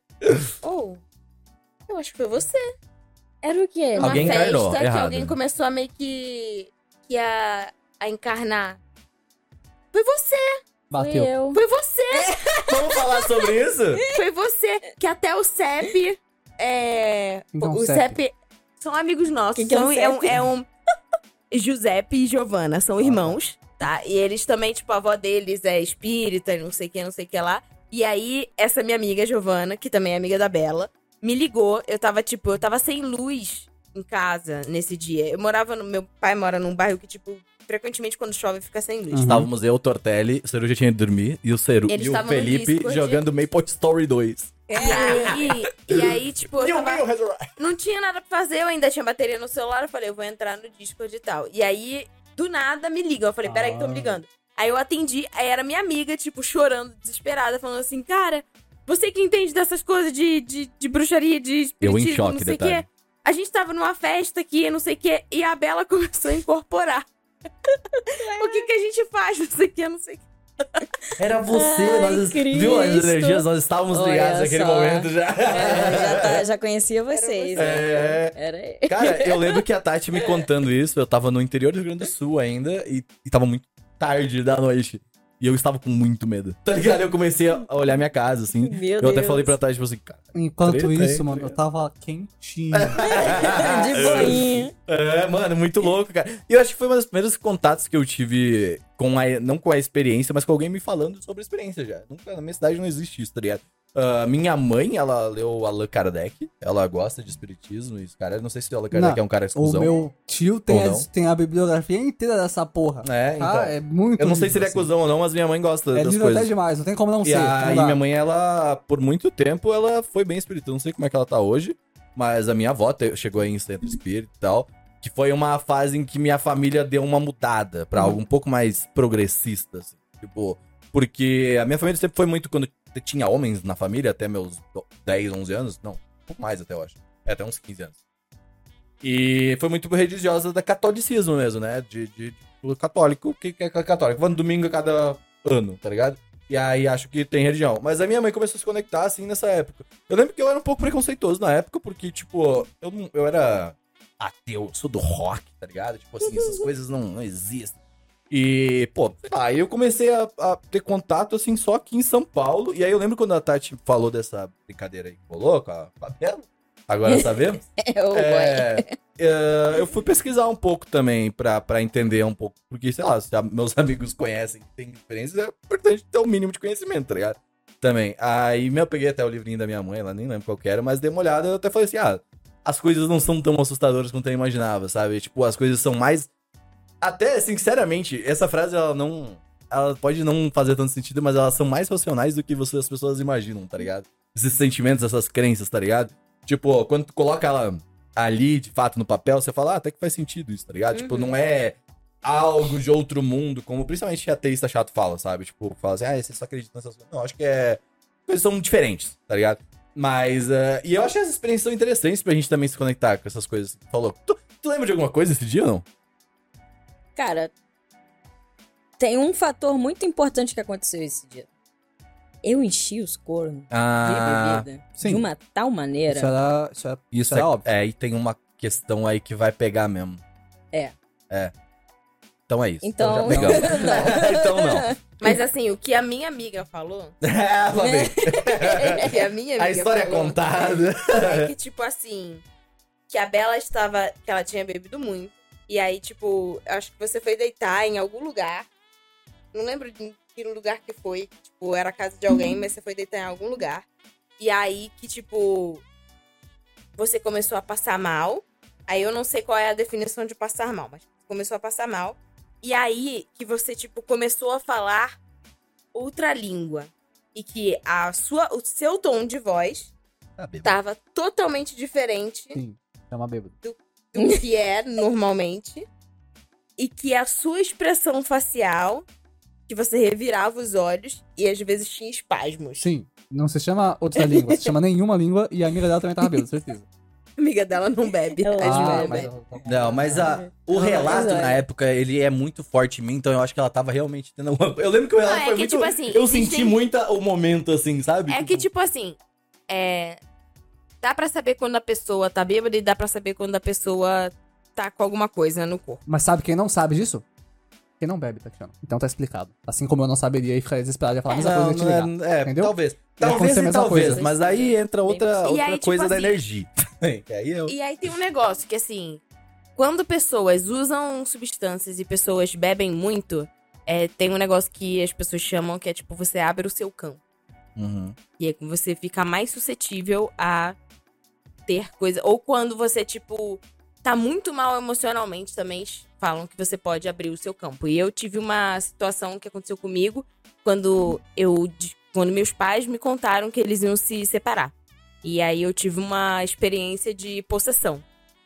Eu acho que foi você. Era o quê? Uma Alguém festa encarnou, que errado. alguém começou a meio que a encarnar. Foi você. Bateu. Eu. Foi você. Vamos falar sobre isso? Foi você. Que até o CEP... Então, o CEP são amigos nossos. Que é um CEP? É um Giuseppe e Giovana, são irmãos, tá? E eles também, tipo, a avó deles é espírita, não sei o que lá. E aí, essa minha amiga, Giovana, que também é amiga da Bela, me ligou. Eu tava sem luz em casa nesse dia. Meu pai mora num bairro que, tipo, frequentemente quando chove fica sem luz. Estávamos eu, o Tortelli, o Ceru já tinha ido dormir, e o Felipe jogando Maple Story 2. E aí, tipo, não tinha nada pra fazer, eu ainda tinha bateria no celular, eu falei, eu vou entrar no Discord e tal. E aí, do nada, me ligam. Eu falei, peraí que tô me ligando. Aí eu atendi, aí era minha amiga, tipo, chorando, desesperada, falando assim, cara, você que entende dessas coisas de bruxaria, de espiritismo, eu em choque, não sei o quê. A gente tava numa festa aqui, não sei o quê, e a Bela começou a incorporar. O que a gente faz, não sei o quê, não sei o quê. Era você, nós, viu as energias, nós estávamos ligados naquele momento já. Já conhecia vocês. Era Cara, eu lembro que a Tati me contando isso, eu tava no interior do Rio Grande do Sul ainda, e tava muito tarde da noite. E eu estava com muito medo. Tá ligado? Eu comecei a olhar minha casa, assim. Eu até falei pra Tati, tipo assim, cara. Enquanto isso, mano, eu tava quentinho. De boinha. Mano, muito louco, cara. E eu acho que foi um dos primeiros contatos que eu tive não com a experiência, mas com alguém me falando sobre a experiência já. Nunca, na minha cidade não existe isso, tá ligado? Minha mãe, ela leu Allan Kardec. Ela gosta de espiritismo e cara, não sei se o Allan Kardec é um cara exclusão. O meu tio tem a bibliografia inteira dessa porra. Então. É muito eu não sei se ele é exclusão ou não, mas minha mãe gosta das coisas. É livro até demais, não tem como não ser. E minha mãe, ela, por muito tempo, ela foi bem espírita. Não sei como é que ela tá hoje, mas a minha avó chegou aí em centro espírita e tal. Que foi uma fase em que minha família deu uma mudada pra algo um pouco mais progressista, assim. Tipo, porque a minha família sempre foi muito quando tinha homens na família, até meus 10, 11 anos. Não, um pouco mais até, eu acho. Até uns 15 anos. E foi muito religiosa da catolicismo mesmo, né? De católico. O que é católico? Vai no domingo a cada ano, tá ligado? E aí acho que tem religião. Mas a minha mãe começou a se conectar, assim, nessa época. Eu lembro que eu era um pouco preconceituoso na época, porque, tipo, eu era ateu, sou do rock, tá ligado? Tipo assim, essas coisas não existem. E, pô, aí eu comecei a ter contato, assim, só aqui em São Paulo. E aí eu lembro quando a Tati falou dessa brincadeira aí que rolou com a Bela. Agora sabemos. Eu fui pesquisar um pouco também pra entender um pouco. Porque, sei lá, se meus amigos conhecem, tem diferenças, é importante ter um mínimo de conhecimento, tá ligado? Também. Aí eu peguei até o livrinho da minha mãe, ela nem lembro qual que era, mas dei uma olhada e eu até falei assim, as coisas não são tão assustadoras quanto eu imaginava, sabe? Tipo, as coisas são mais... Até, sinceramente, essa frase, ela pode não fazer tanto sentido, mas elas são mais racionais do que as pessoas imaginam, tá ligado? Esses sentimentos, essas crenças, tá ligado? Tipo, quando tu coloca ela ali, de fato, no papel, você fala, até que faz sentido isso, tá ligado? Tipo, não é algo de outro mundo, como principalmente ateísta chato fala, sabe? Tipo, fala assim, você só acredita nessas coisas. Não, acho que coisas são diferentes, tá ligado? Mas, e eu acho que essas experiências são interessantes pra gente também se conectar com essas coisas que falou. Tu lembra de alguma coisa esse dia ou não? Cara, tem um fator muito importante que aconteceu esse dia. Eu enchi os cornos de bebida de uma tal maneira. Isso era óbvio. E tem uma questão aí que vai pegar mesmo. Então é isso. Então, já pegamos. Então não. Mas assim, o que a minha amiga falou... O que a minha amiga a história falou, é contada. É que, tipo assim... Que a Bela que ela tinha bebido muito. E aí, tipo, acho que você foi deitar em algum lugar. Não lembro de que lugar que foi. Tipo, era a casa de alguém, mas você foi deitar em algum lugar. E aí que, tipo... Você começou a passar mal. Aí eu não sei qual é a definição de passar mal, mas começou a passar mal. E aí que você, tipo, começou a falar outra língua. E que o seu tom de voz tava totalmente diferente. Sim, é uma bêbada. Do que é normalmente. E que a sua expressão facial, que você revirava os olhos e às vezes tinha espasmos. Sim, não se chama outra língua, se chama nenhuma língua e a amiga dela também tava bêbada, certeza. A amiga dela não bebe. Não, mas o relato na época, ele é muito forte em mim, então eu acho que ela tava realmente tendo uma... Eu lembro que o relato foi muito... Tipo assim, eu senti muito o momento, assim, sabe? Que, tipo assim, dá pra saber quando a pessoa tá bêbada e dá pra saber quando a pessoa tá com alguma coisa no corpo. Mas sabe quem não sabe disso? Quem não bebe, Tatiana. Então tá explicado. Assim como eu não saberia e ficaria desesperado e ia falar a mesma coisa e te ligar. Entendeu? Talvez. Talvez, mas aí entra outra aí, coisa tipo da assim, energia. E aí tem um negócio que, assim, quando pessoas usam substâncias e pessoas bebem muito, tem um negócio que as pessoas chamam que é, tipo, você abre o seu campo. Uhum. E aí você fica mais suscetível a ter coisa... Ou quando você, tipo, tá muito mal emocionalmente também, falam que você pode abrir o seu campo. E eu tive uma situação que aconteceu comigo quando meus pais me contaram que eles iam se separar. E aí eu tive uma experiência de possessão.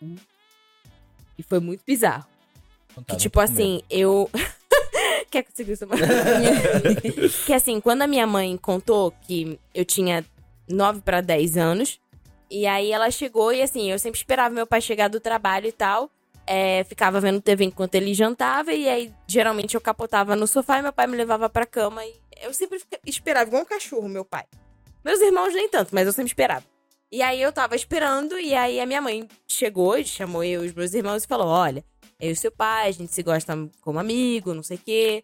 E foi muito bizarro. Que tipo assim, eu... Quer que eu segure essa mão? Que assim, quando a minha mãe contou que eu tinha 9 para 10 anos, e aí ela chegou e assim, eu sempre esperava meu pai chegar do trabalho e tal, ficava vendo TV enquanto ele jantava, e aí geralmente eu capotava no sofá e meu pai me levava pra cama, e eu sempre esperava, igual um cachorro, meu pai. Meus irmãos nem tanto, mas eu sempre esperava. E aí eu tava esperando, e aí a minha mãe chegou, chamou eu e os meus irmãos e falou, olha, eu e seu pai, a gente se gosta como amigo, não sei o quê.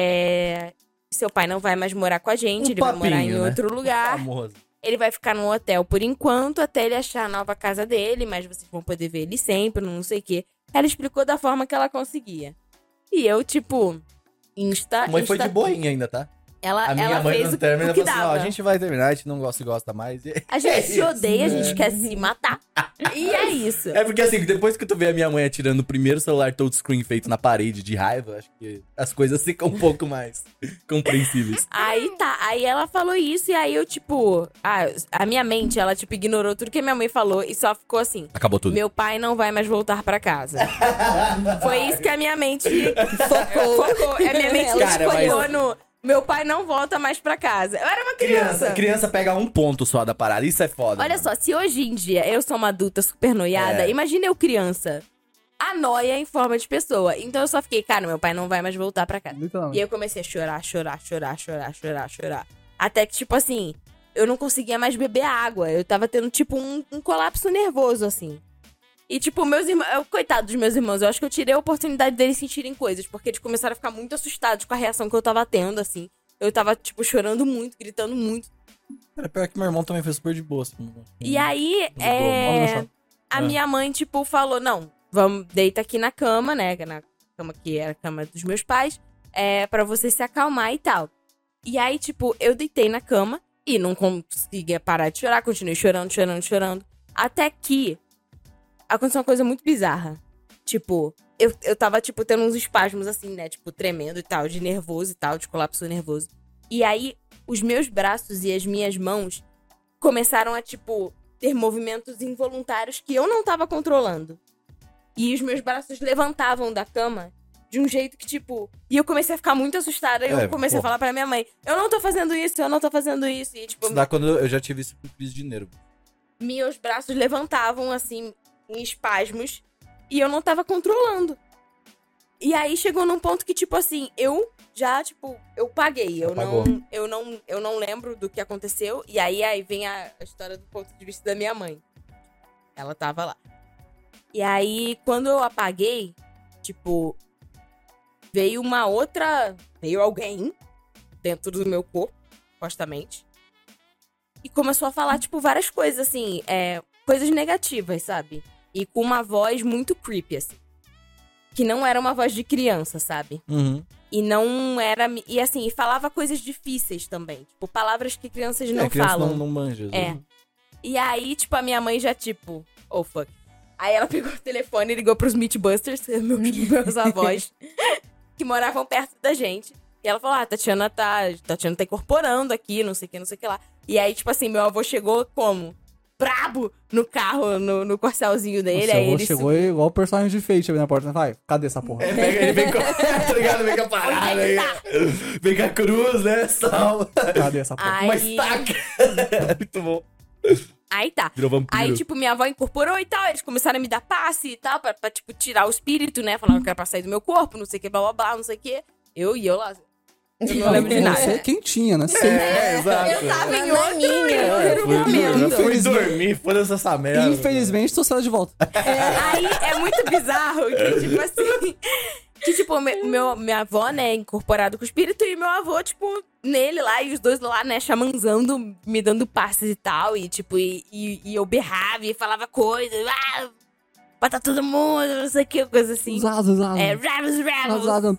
Seu pai não vai mais morar com a gente, ele vai morar em outro lugar. Famoso. Ele vai ficar num hotel por enquanto, até ele achar a nova casa dele, mas vocês vão poder ver ele sempre, não sei o quê. Ela explicou da forma que ela conseguia. E eu, tipo, Mãe foi de boinha ainda, tá? Ela minha mãe fez no término o que falou assim, dava. a gente vai terminar, a gente não gosta mais. A gente se odeia, a gente quer se matar. E é isso. É porque assim, depois que tu vê a minha mãe atirando o primeiro celular touchscreen feito na parede de raiva, acho que as coisas ficam um pouco mais compreensíveis. Aí tá, aí ela falou isso e aí eu, tipo... a minha mente, ela, tipo, ignorou tudo que a minha mãe falou e só ficou assim... Acabou tudo. Meu pai não vai mais voltar pra casa. Foi isso que a minha mente focou. A minha mente escolheu no... Meu pai não volta mais pra casa. Eu era uma criança. Criança pega um ponto só da parada. Isso é foda. Olha só, se hoje em dia eu sou uma adulta super noiada, imagina eu criança. A noia em forma de pessoa. Então eu só fiquei, cara, meu pai não vai mais voltar pra casa. E eu comecei a chorar. Até que, tipo assim, eu não conseguia mais beber água. Eu tava tendo, tipo, um colapso nervoso, assim. E, tipo, meus irmãos... Coitado dos meus irmãos, eu acho que eu tirei a oportunidade deles sentirem coisas. Porque eles começaram a ficar muito assustados com a reação que eu tava tendo, assim. Eu tava, tipo, chorando muito, gritando muito. Era pior que meu irmão também foi super de boa, assim. E aí, a minha mãe, tipo, falou... Não, vamos, deita aqui na cama, né? Na cama que era a cama dos meus pais. Pra você se acalmar e tal. E aí, tipo, eu deitei na cama e não conseguia parar de chorar. Continuei chorando. Até que... aconteceu uma coisa muito bizarra. Tipo, eu tava, tipo, tendo uns espasmos, assim, né? Tipo, tremendo e tal, de nervoso e tal, de colapso nervoso. E aí, os meus braços e as minhas mãos começaram a, tipo, ter movimentos involuntários que eu não tava controlando. E os meus braços levantavam da cama de um jeito que, tipo... E eu comecei a ficar muito assustada. E eu comecei a falar pra minha mãe, eu não tô fazendo isso. E, tipo... Isso dá quando eu já tive isso com crise de nervo. Meus braços levantavam, assim... em espasmos, e eu não tava controlando. E aí chegou num ponto que, tipo assim, eu já, tipo, eu paguei. Eu não lembro do que aconteceu. E aí vem a história do ponto de vista da minha mãe. Ela tava lá. E aí, quando eu apaguei, tipo, veio alguém dentro do meu corpo, supostamente, e começou a falar, tipo, várias coisas, assim, coisas negativas, sabe? E com uma voz muito creepy, assim. Que não era uma voz de criança, sabe? Uhum. E não era... E assim, falava coisas difíceis também. Tipo, palavras que crianças não criança falam. não manja. E aí, tipo, a minha mãe já, tipo... Oh, fuck. Aí ela pegou o telefone e ligou pros Mythbusters, meus avós, que moravam perto da gente. E ela falou, Tatiana tá incorporando aqui, não sei o que lá. E aí, tipo assim, meu avô chegou como... brabo no carro, no corcelzinho dele. Nossa, aí ele chegou igual o personagem de Fate ali na porta. Vai, cadê essa porra? Ele vem com... tá ligado? Vem com a parada aí. Vem com a cruz, né? Salva. Cadê essa porra? Uma estaca. Muito bom. Aí tá. Virou vampiro. Aí, tipo, minha avó incorporou e tal. Eles começaram a me dar passe e tal, pra tipo, tirar o espírito, né? Falaram que era pra sair do meu corpo, não sei o que, blá, blá, blá, não sei o que. Eu lá... Eu não lembro de nada. Você quentinha, né? Exato. Eu tava em outro momento. Eu fui dormir, foda-se essa merda. Infelizmente, tô saindo de volta. Aí é muito bizarro que, tipo assim... Que, tipo, minha avó, né, incorporado com o espírito, e meu avô, tipo, nele lá, e os dois lá, né, chamanzando, me dando passes e tal, e, tipo, e eu berrava e falava coisas, bata todo mundo, não sei o que, coisa assim. Usado. Ravos.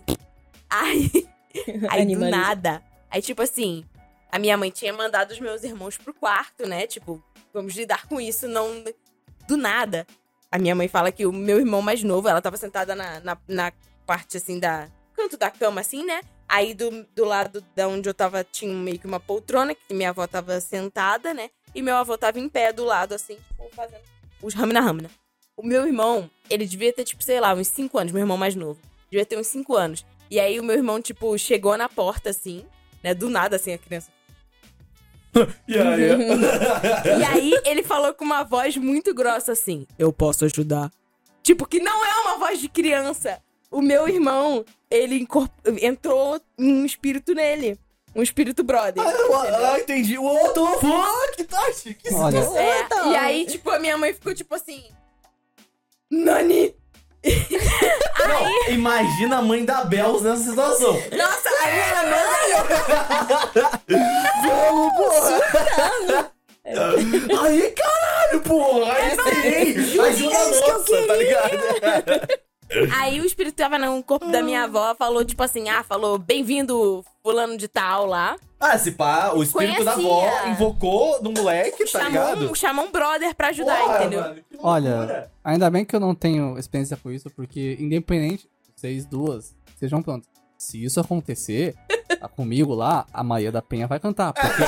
Aí do nada, aí, tipo assim, a minha mãe tinha mandado os meus irmãos pro quarto, né, tipo, vamos lidar com isso, não... Do nada, A minha mãe fala que o meu irmão mais novo, ela tava sentada na parte, assim, canto da cama, assim, né? Aí, do lado da onde eu tava, tinha meio que uma poltrona, que minha avó tava sentada, né? E meu avô tava em pé do lado, assim, tipo, fazendo os ramina-ramina. O meu irmão, ele devia ter, tipo, sei lá, uns 5 anos, meu irmão mais novo. Devia ter uns 5 anos. E aí, o meu irmão, tipo, chegou na porta, assim, né? Do nada, assim, a criança. E aí, ele falou com uma voz muito grossa, assim, eu posso ajudar. Tipo, que não é uma voz de criança. O meu irmão, ele entrou um espírito nele. Um espírito brother. Entendi. What the fuck, Tati? Que situação. E aí, tipo, a minha mãe ficou tipo assim... Nani? Não, imagina a mãe da Bells nessa situação. Nossa, a minha mãe... Vamos, porra! Aí, caralho, porra! Aí sim! Ajuda nossa, tá ligado? Aí o espírito tava no corpo da minha avó, falou tipo assim, falou, bem-vindo fulano de tal lá. Se pá, o espírito da avó invocou no moleque, tá ligado? Chamou um brother pra ajudar, entendeu? Mano, olha, ainda bem que eu não tenho experiência com isso, porque independente, vocês duas, sejam prontos. Se isso acontecer comigo lá, a Maria da Penha vai cantar, porque...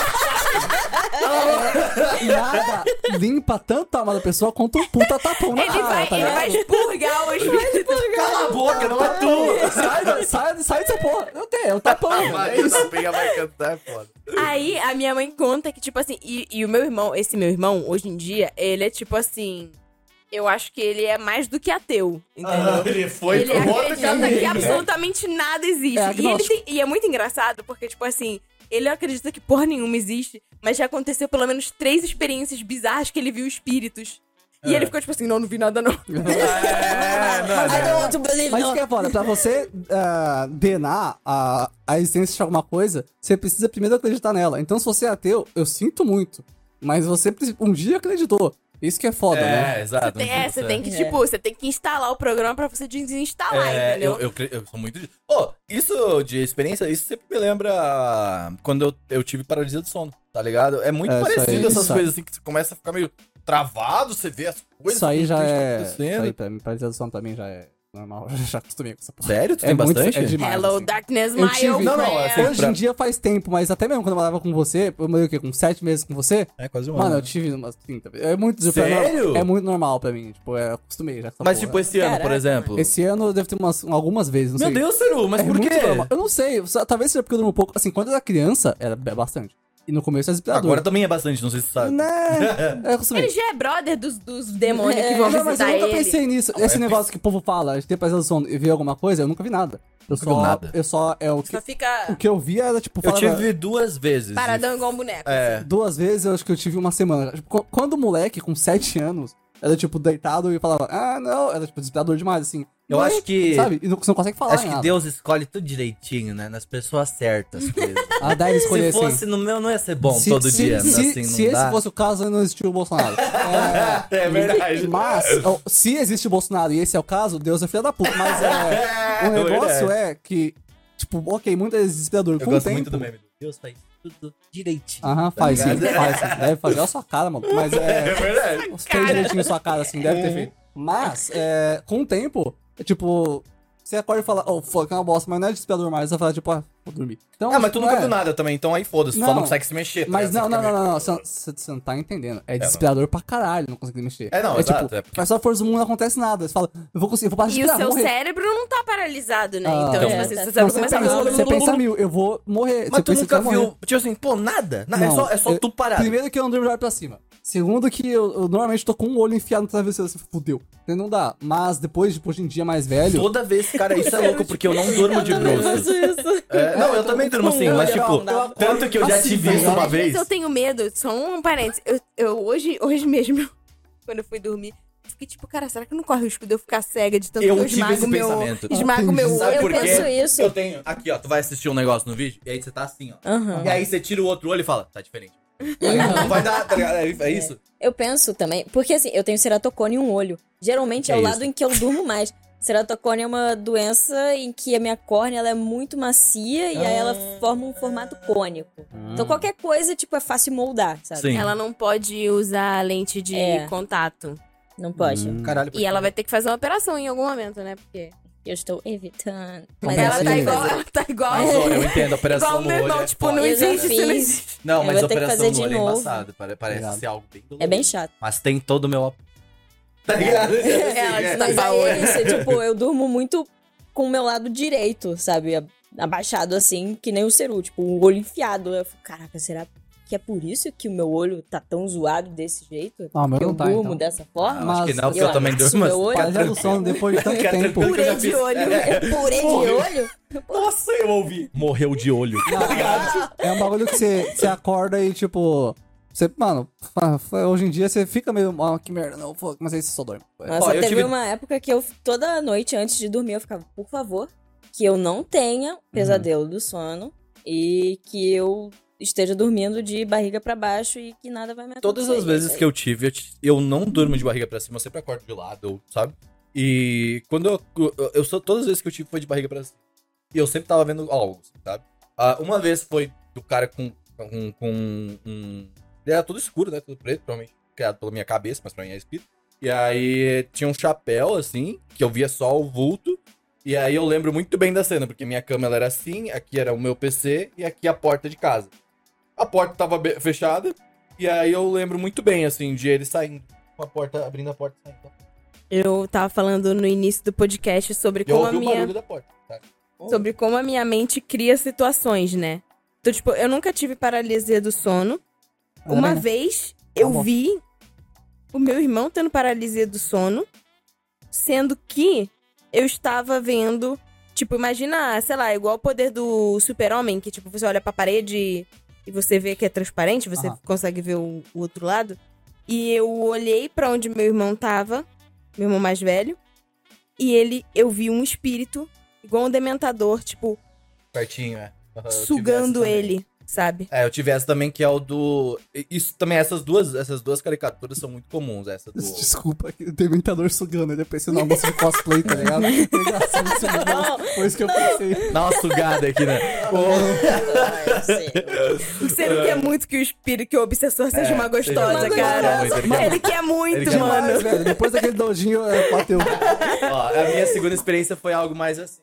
Nada limpa tanto a alma da pessoa quanto um puta tapão na cara, tá ligado? Ele vai expurgar o espírito. Cala a boca, não é tu! Sai dessa porra. Não tem, é um tapão. Maria da Penha vai cantar, é foda. Aí a minha mãe conta que, tipo assim, e o meu irmão, esse meu irmão, hoje em dia, ele é tipo assim... Eu acho que ele é mais do que ateu, entendeu? Ele foi ele pro outro acredita caminho. que absolutamente nada existe. E é muito engraçado, porque, tipo assim, ele acredita que porra nenhuma existe, mas já aconteceu pelo menos 3 experiências bizarras que ele viu espíritos. E ele ficou tipo assim, não vi nada não. Mas isso que é foda, pra você denar a existência de alguma coisa, você precisa primeiro acreditar nela. Então se você é ateu, eu sinto muito, mas você um dia acreditou. Isso que é foda, né? Exato. Você tem que, tipo, você tem que instalar o programa pra você desinstalar, entendeu? Eu sou muito... Isso de experiência, isso sempre me lembra quando eu tive paralisia do sono, tá ligado? É muito parecido essas coisas assim, que você começa a ficar meio travado, você vê as coisas... Isso aí já Isso aí, pra mim, paralisia do sono também já é normal. Eu já acostumei com essa porra. Sério? Tu tem bastante? É demais, Hello, assim. darkness, my Eu tive... old friend. Hoje em dia faz tempo, mas até mesmo quando eu morava com você, eu morei o quê? Com 7 meses com você? Quase um ano. Mano, eu tive umas 30 vezes. É muito... Sério? É muito normal pra mim. Tipo, eu acostumei já com essa Mas porra. tipo esse ano, por exemplo? Esse ano eu devo ter algumas vezes, não sei. Meu Deus, Seru, mas por muito quê? normal. Eu não sei. Talvez seja porque eu durmo um pouco. Assim, quando eu era criança, era bastante. E no começo era desesperador. Agora também é bastante, não sei se você sabe. Né? Eu acostumei. Ele já é brother dos demônios que vão Não, mas eu visitar nunca ele. pensei nisso. Esse negócio que o povo fala, de ter paralisia do sono e ver alguma coisa, eu nunca vi nada. Eu só fica... O que eu vi era, tipo... Eu tive 2 vezes. Paradão igual um boneco. É. 2 vezes, eu acho que eu tive uma semana. Tipo, quando o moleque, com 7 anos, era, tipo, deitado e falava, não, era, tipo, desesperador demais, assim. Eu acho que... Sabe? E você não consegue falar Acho que nada. Deus escolhe tudo direitinho, né? Nas pessoas certas, as coisas. Deve escolher, Se fosse no meu, não ia ser bom todo dia, assim, não se dá. esse fosse o caso, aí não existiu o Bolsonaro. É verdade. Mas, se existe o Bolsonaro e esse é o caso, Deus é filho da puta. Mas o negócio é que, tipo, ok, muitas vezes desesperador. Eu Com o gosto tempo, muito do meme. Deus faz tudo direitinho. Faz sim, ligado? faz sim. Deve fazer a sua cara, mano. Mas É verdade. fez direitinho a sua cara, assim, deve ter feito. Mas, com o tempo, tipo, você acorda e fala, fuck, é uma bosta, mas não é desesperador mais. Você fala, tipo, vou dormir. Então, Mas tu nunca viu nada também, então aí foda-se, só não consegue se mexer. tá Mas ligado? não, você não tá entendendo. É desesperador pra caralho não conseguir mexer. Não, exato. Tipo, Porque... faz só força do mundo, não acontece nada. Você fala, eu vou parar de E o respirar, seu morrer. cérebro não tá paralisado, né? Então, então, tipo assim, você Não, começa a... você pensa mil, eu vou morrer. Mas Você tu pensa nunca que vai morrer. viu, tipo assim, pô, nada? Não, é só tu parado. Primeiro que eu não durmo de olho pra cima. Segundo que eu normalmente tô com um olho enfiado no travesseiro, assim, fudeu. Não dá. Mas depois, tipo, hoje em dia mais velho... Toda vez, cara, isso é louco, porque eu não durmo de bruços. Não, eu também durmo assim, mas tipo, tanto que eu já tive isso uma vez. Eu tenho medo, só um parênteses. Eu hoje mesmo, quando eu fui dormir, fiquei tipo, cara, será que não corre o risco de eu ficar cega de tanto que eu tive esse pensamento. esmago meu olho? Sabe por quê? penso isso. Eu tenho, aqui ó, tu vai assistir um negócio no vídeo, e aí você tá assim, ó. E aí você tira o outro olho e fala, tá diferente. Não vai dar, tá ligado? É isso? Eu penso também, porque assim, eu tenho ceratocone em um olho. Geralmente é o lado em que eu durmo mais. Ceratocone é uma doença em que a minha córnea ela é muito macia e aí ela forma um formato cônico. Então qualquer coisa, tipo, é fácil moldar, sabe? Sim. Ela não pode usar lente de contato. Não pode. Caralho. E ela vai ter que fazer uma operação em algum momento, né? Porque Eu estou evitando. mas ela tá igual. Mas, ó, eu entendo, a operação Igual no meu olho irmão, é tipo, foda. não Eu já existe isso, não fiz. existe. Não, Eu mas vou a ter que operação fazer no de olho é novo. embaçado. Parece Obrigado. ser algo bem doloroso. É bem chato. Mas tem todo o meu... Tá ligado? Ela Assim, Mas tá aí é isso, tipo, eu durmo muito com o meu lado direito, sabe? Abaixado assim, que nem o Ceru, tipo, o olho enfiado. Eu fico, caraca, será que é por isso que o meu olho tá tão zoado desse jeito? Ah, o meu Que eu não tá, durmo então. dessa forma? Acho que não, porque eu eu também amasso durmo meu assim. olho. Faz a ilusão depois de tanto Fica tempo. tranquilo que eu já Purê de fiz. olho. É purê de olho? Nossa, eu ouvi. Morreu de olho. É um bagulho que você acorda e, tipo... Você, mano, hoje em dia você fica meio... Ah, que merda, não, mas aí você só dorme. Nossa, Ó, eu teve tive- uma época que eu, toda noite antes de dormir, eu ficava, por favor, que eu não tenha pesadelo do sono e que eu esteja dormindo de barriga pra baixo e que nada vai me acontecer. Todas as vezes que eu tive, eu não durmo de barriga pra cima, eu sempre acordo de lado, sabe? E quando todas as vezes que eu tive foi de barriga pra cima. E eu sempre tava vendo algo, sabe? Uma vez foi do cara com um... Ele era todo escuro, né? Tudo preto, provavelmente criado pela minha cabeça, mas pra mim é espírito. E aí tinha um chapéu, assim, que eu via só o vulto. E aí eu lembro muito bem da cena, porque minha cama ela era assim, aqui era o meu PC e aqui a porta de casa. A porta tava fechada, e aí eu lembro muito bem, assim, de ele saindo com a porta, abrindo a porta e saindo. Eu tava falando no início do podcast sobre Eu como a ouvi o minha... barulho da porta, tá? Sobre como a minha mente cria situações, né? Então, tipo, eu nunca tive paralisia do sono. Uma vez eu bom. vi o meu irmão tendo paralisia do sono, sendo que eu estava vendo, tipo, imagina, sei lá, igual o poder do super-homem, que tipo, você olha pra parede e você vê que é transparente, você consegue ver o outro lado. E eu olhei pra onde meu irmão tava, meu irmão mais velho, e eu vi um espírito, igual um dementador, tipo, Pertinho, é. Uhum, eu tive sugando essa também. ele, sabe? É, eu tive essa também, que é o do... Isso também, essas duas caricaturas são muito comuns, essa do... Desculpa, o dementador sugando. Ele pensei no almoço de cosplay, tá ligado? É engraçado isso mesmo. Foi isso que eu pensei. Dá uma sugada aqui, né? Você não quer muito que o espírito, que o obsessor seja uma gostosa, seja cara. muito, ele quer Ele quer muito, Ele quer mano. Mas, velho, depois daquele dojinho, bateu. Ó, a minha segunda experiência foi algo mais assim.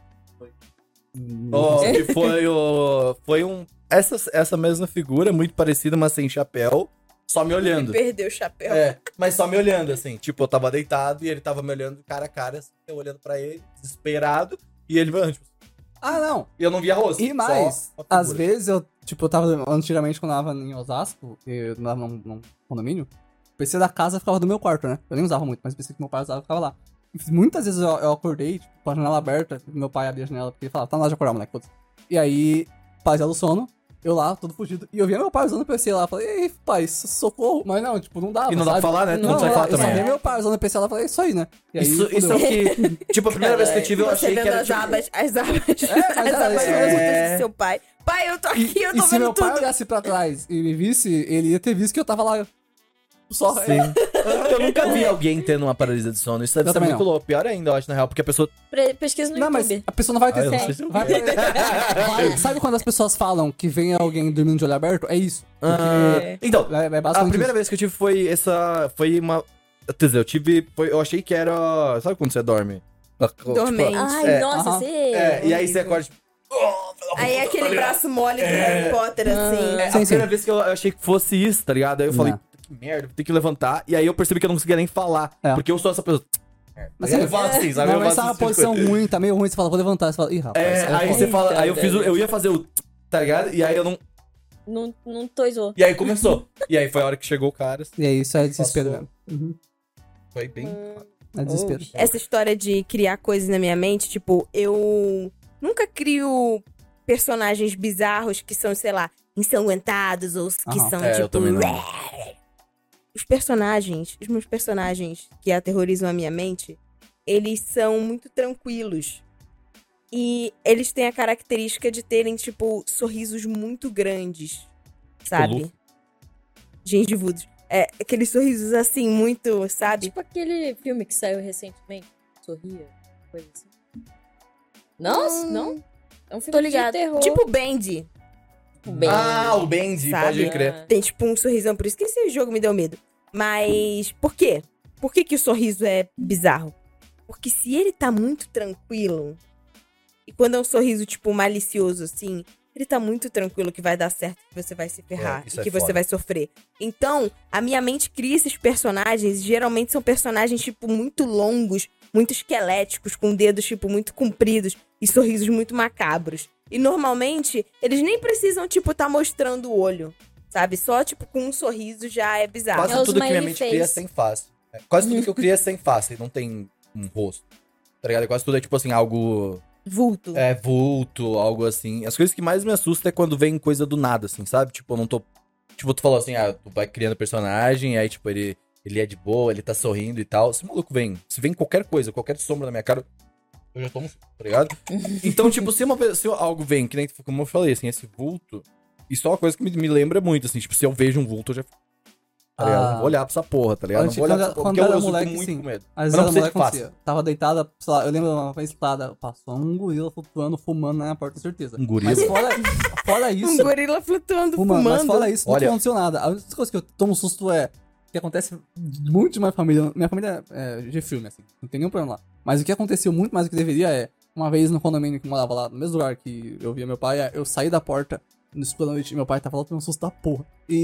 Ó, que foi um... Essa mesma figura, muito parecida, mas sem chapéu, só me olhando. Perdeu o chapéu. É, mas só me olhando, assim. Tipo, eu tava deitado e ele tava me olhando cara a cara, assim, eu olhando pra ele, desesperado, e ele, tipo... Ah, não. E eu não via rosto. E mais, só a às figura. vezes eu tava, antigamente quando eu tava em Osasco, eu tava num condomínio, o PC da casa ficava do meu quarto, né? Eu nem usava muito, mas o PC que meu pai usava ficava lá. E muitas vezes eu acordei, tipo, com a janela aberta, meu pai abria a janela, porque ele falava, tá na hora de acordar, moleque, foda-se. E aí, pai do sono, eu lá, todo fugido, e eu via meu pai usando o PC lá, falei, ei, pai, socorro, mas não, tipo, não dava, E não dá pra falar, né? Tu não sai falar eu só também. via meu pai usando o PC lá, falei, é isso aí, né? E aí, Isso é fudeu. o que... Tipo, a primeira vez que eu tive, eu Você achei que vendo era... as tipo, abas, as abas é. do seu pai. Pai, eu tô aqui, eu E tô se vendo meu pai tudo. olhasse pra trás e me visse, ele ia ter visto que eu tava lá. Só. Sim. Eu nunca vi alguém tendo uma paralisia do sono. Isso deve Eu ser também muito não. louco. Pior ainda, eu acho, na real, porque a pessoa... Pesquisa no Não, mas YouTube. a pessoa não vai ter. eu não sei se eu vai, sabe quando as pessoas falam que vem alguém dormindo de olho aberto? É isso. Então, É a basicamente primeira isso. vez que eu tive foi uma... Quer dizer, eu achei que era... Sabe quando você dorme? Dormente. Ai, nossa, aham. você... E aí você acorda, tipo... Aí é aquele braço mole do Harry Potter, assim. A Sim, primeira sim. vez que eu achei que fosse isso, tá ligado? Aí eu falei, Não. que merda, vou ter que levantar. E aí eu percebi que eu não conseguia nem falar. É. Porque eu sou essa pessoa... Mas eu falo assim, sabe? Não, Eu mas faço tá uma esse tipo de posição coisa. ruim, tá meio ruim, você fala, vou levantar. Você fala, ih, rapaz. Aí você fala... Aí eu ia fazer o... Tá ligado? E aí eu não... Não toisou. E aí começou. E aí foi a hora que chegou o cara. E aí, isso é desespero Passou. mesmo. Foi bem... É desespero. Essa história de criar coisas na minha mente, tipo, eu nunca crio personagens bizarros que são, sei lá, ensanguentados ou que Aham. são, Eu tipo... também não. Os meus personagens que aterrorizam a minha mente, eles são muito tranquilos. E eles têm a característica de terem, tipo, sorrisos muito grandes, sabe? Louco. Gengivudos. É, aqueles sorrisos assim, muito, sabe? Tipo aquele filme que saiu recentemente. Sorria, coisa assim. Nossa, não? É um filme Tô ligado. de terror. Tipo Bendy. bem... o Bendy, Sabe? pode crer. Tem, tipo, um sorrisão. Por isso que esse jogo me deu medo. Mas, por quê? Por que o sorriso é bizarro? Porque se ele tá muito tranquilo, e quando é um sorriso, tipo, malicioso, assim, ele tá muito tranquilo que vai dar certo, que você vai se ferrar e que você vai sofrer. Então, a minha mente cria esses personagens, geralmente são personagens, tipo, muito longos, muito esqueléticos, com dedos, tipo, muito compridos e sorrisos muito macabros. E, normalmente, eles nem precisam, tipo, tá mostrando o olho, sabe? Só, tipo, com um sorriso já é bizarro. Quase tudo que minha mente cria é sem face. Quase tudo que eu crio é sem face, não tem um rosto. Tá ligado? Quase tudo é, tipo assim, algo... Vulto. Vulto, algo assim. As coisas que mais me assustam é quando vem coisa do nada, assim, sabe? Tipo, eu não tô... Tipo, tu falou assim, tu vai criando personagem, aí, tipo, ele é de boa, ele tá sorrindo e tal. Se o maluco vem, se vem qualquer coisa, qualquer sombra na minha cara, eu já tomo, tá ligado? Então, tipo, se algo vem, que nem, como eu falei, assim, esse vulto, isso é uma coisa que me lembra muito, assim, tipo, se eu vejo um vulto, eu já fico... Tá ligado? Eu não vou olhar pra essa porra, tá ligado? Não vou olhar pra essa porra, porque eu era fico moleque, muito sim. com medo. Mas não era precisa moleque que faça. acontecia. Tava deitada, sei lá, eu lembro uma vez passou um gorila flutuando, fumando na minha porta, com certeza. Um gorila? Mas fora isso... Um gorila flutuando, fumando. Mas fora isso, não aconteceu nada. A única coisa que eu tomo susto é que acontece muito de minha família. Minha família é de filme, assim, não tem nenhum problema lá. Mas o que aconteceu muito mais do que deveria é, uma vez no condomínio que eu morava lá, no mesmo lugar que eu via meu pai, eu saí da porta no escuro da noite e meu pai tava lá tomando um susto da porra.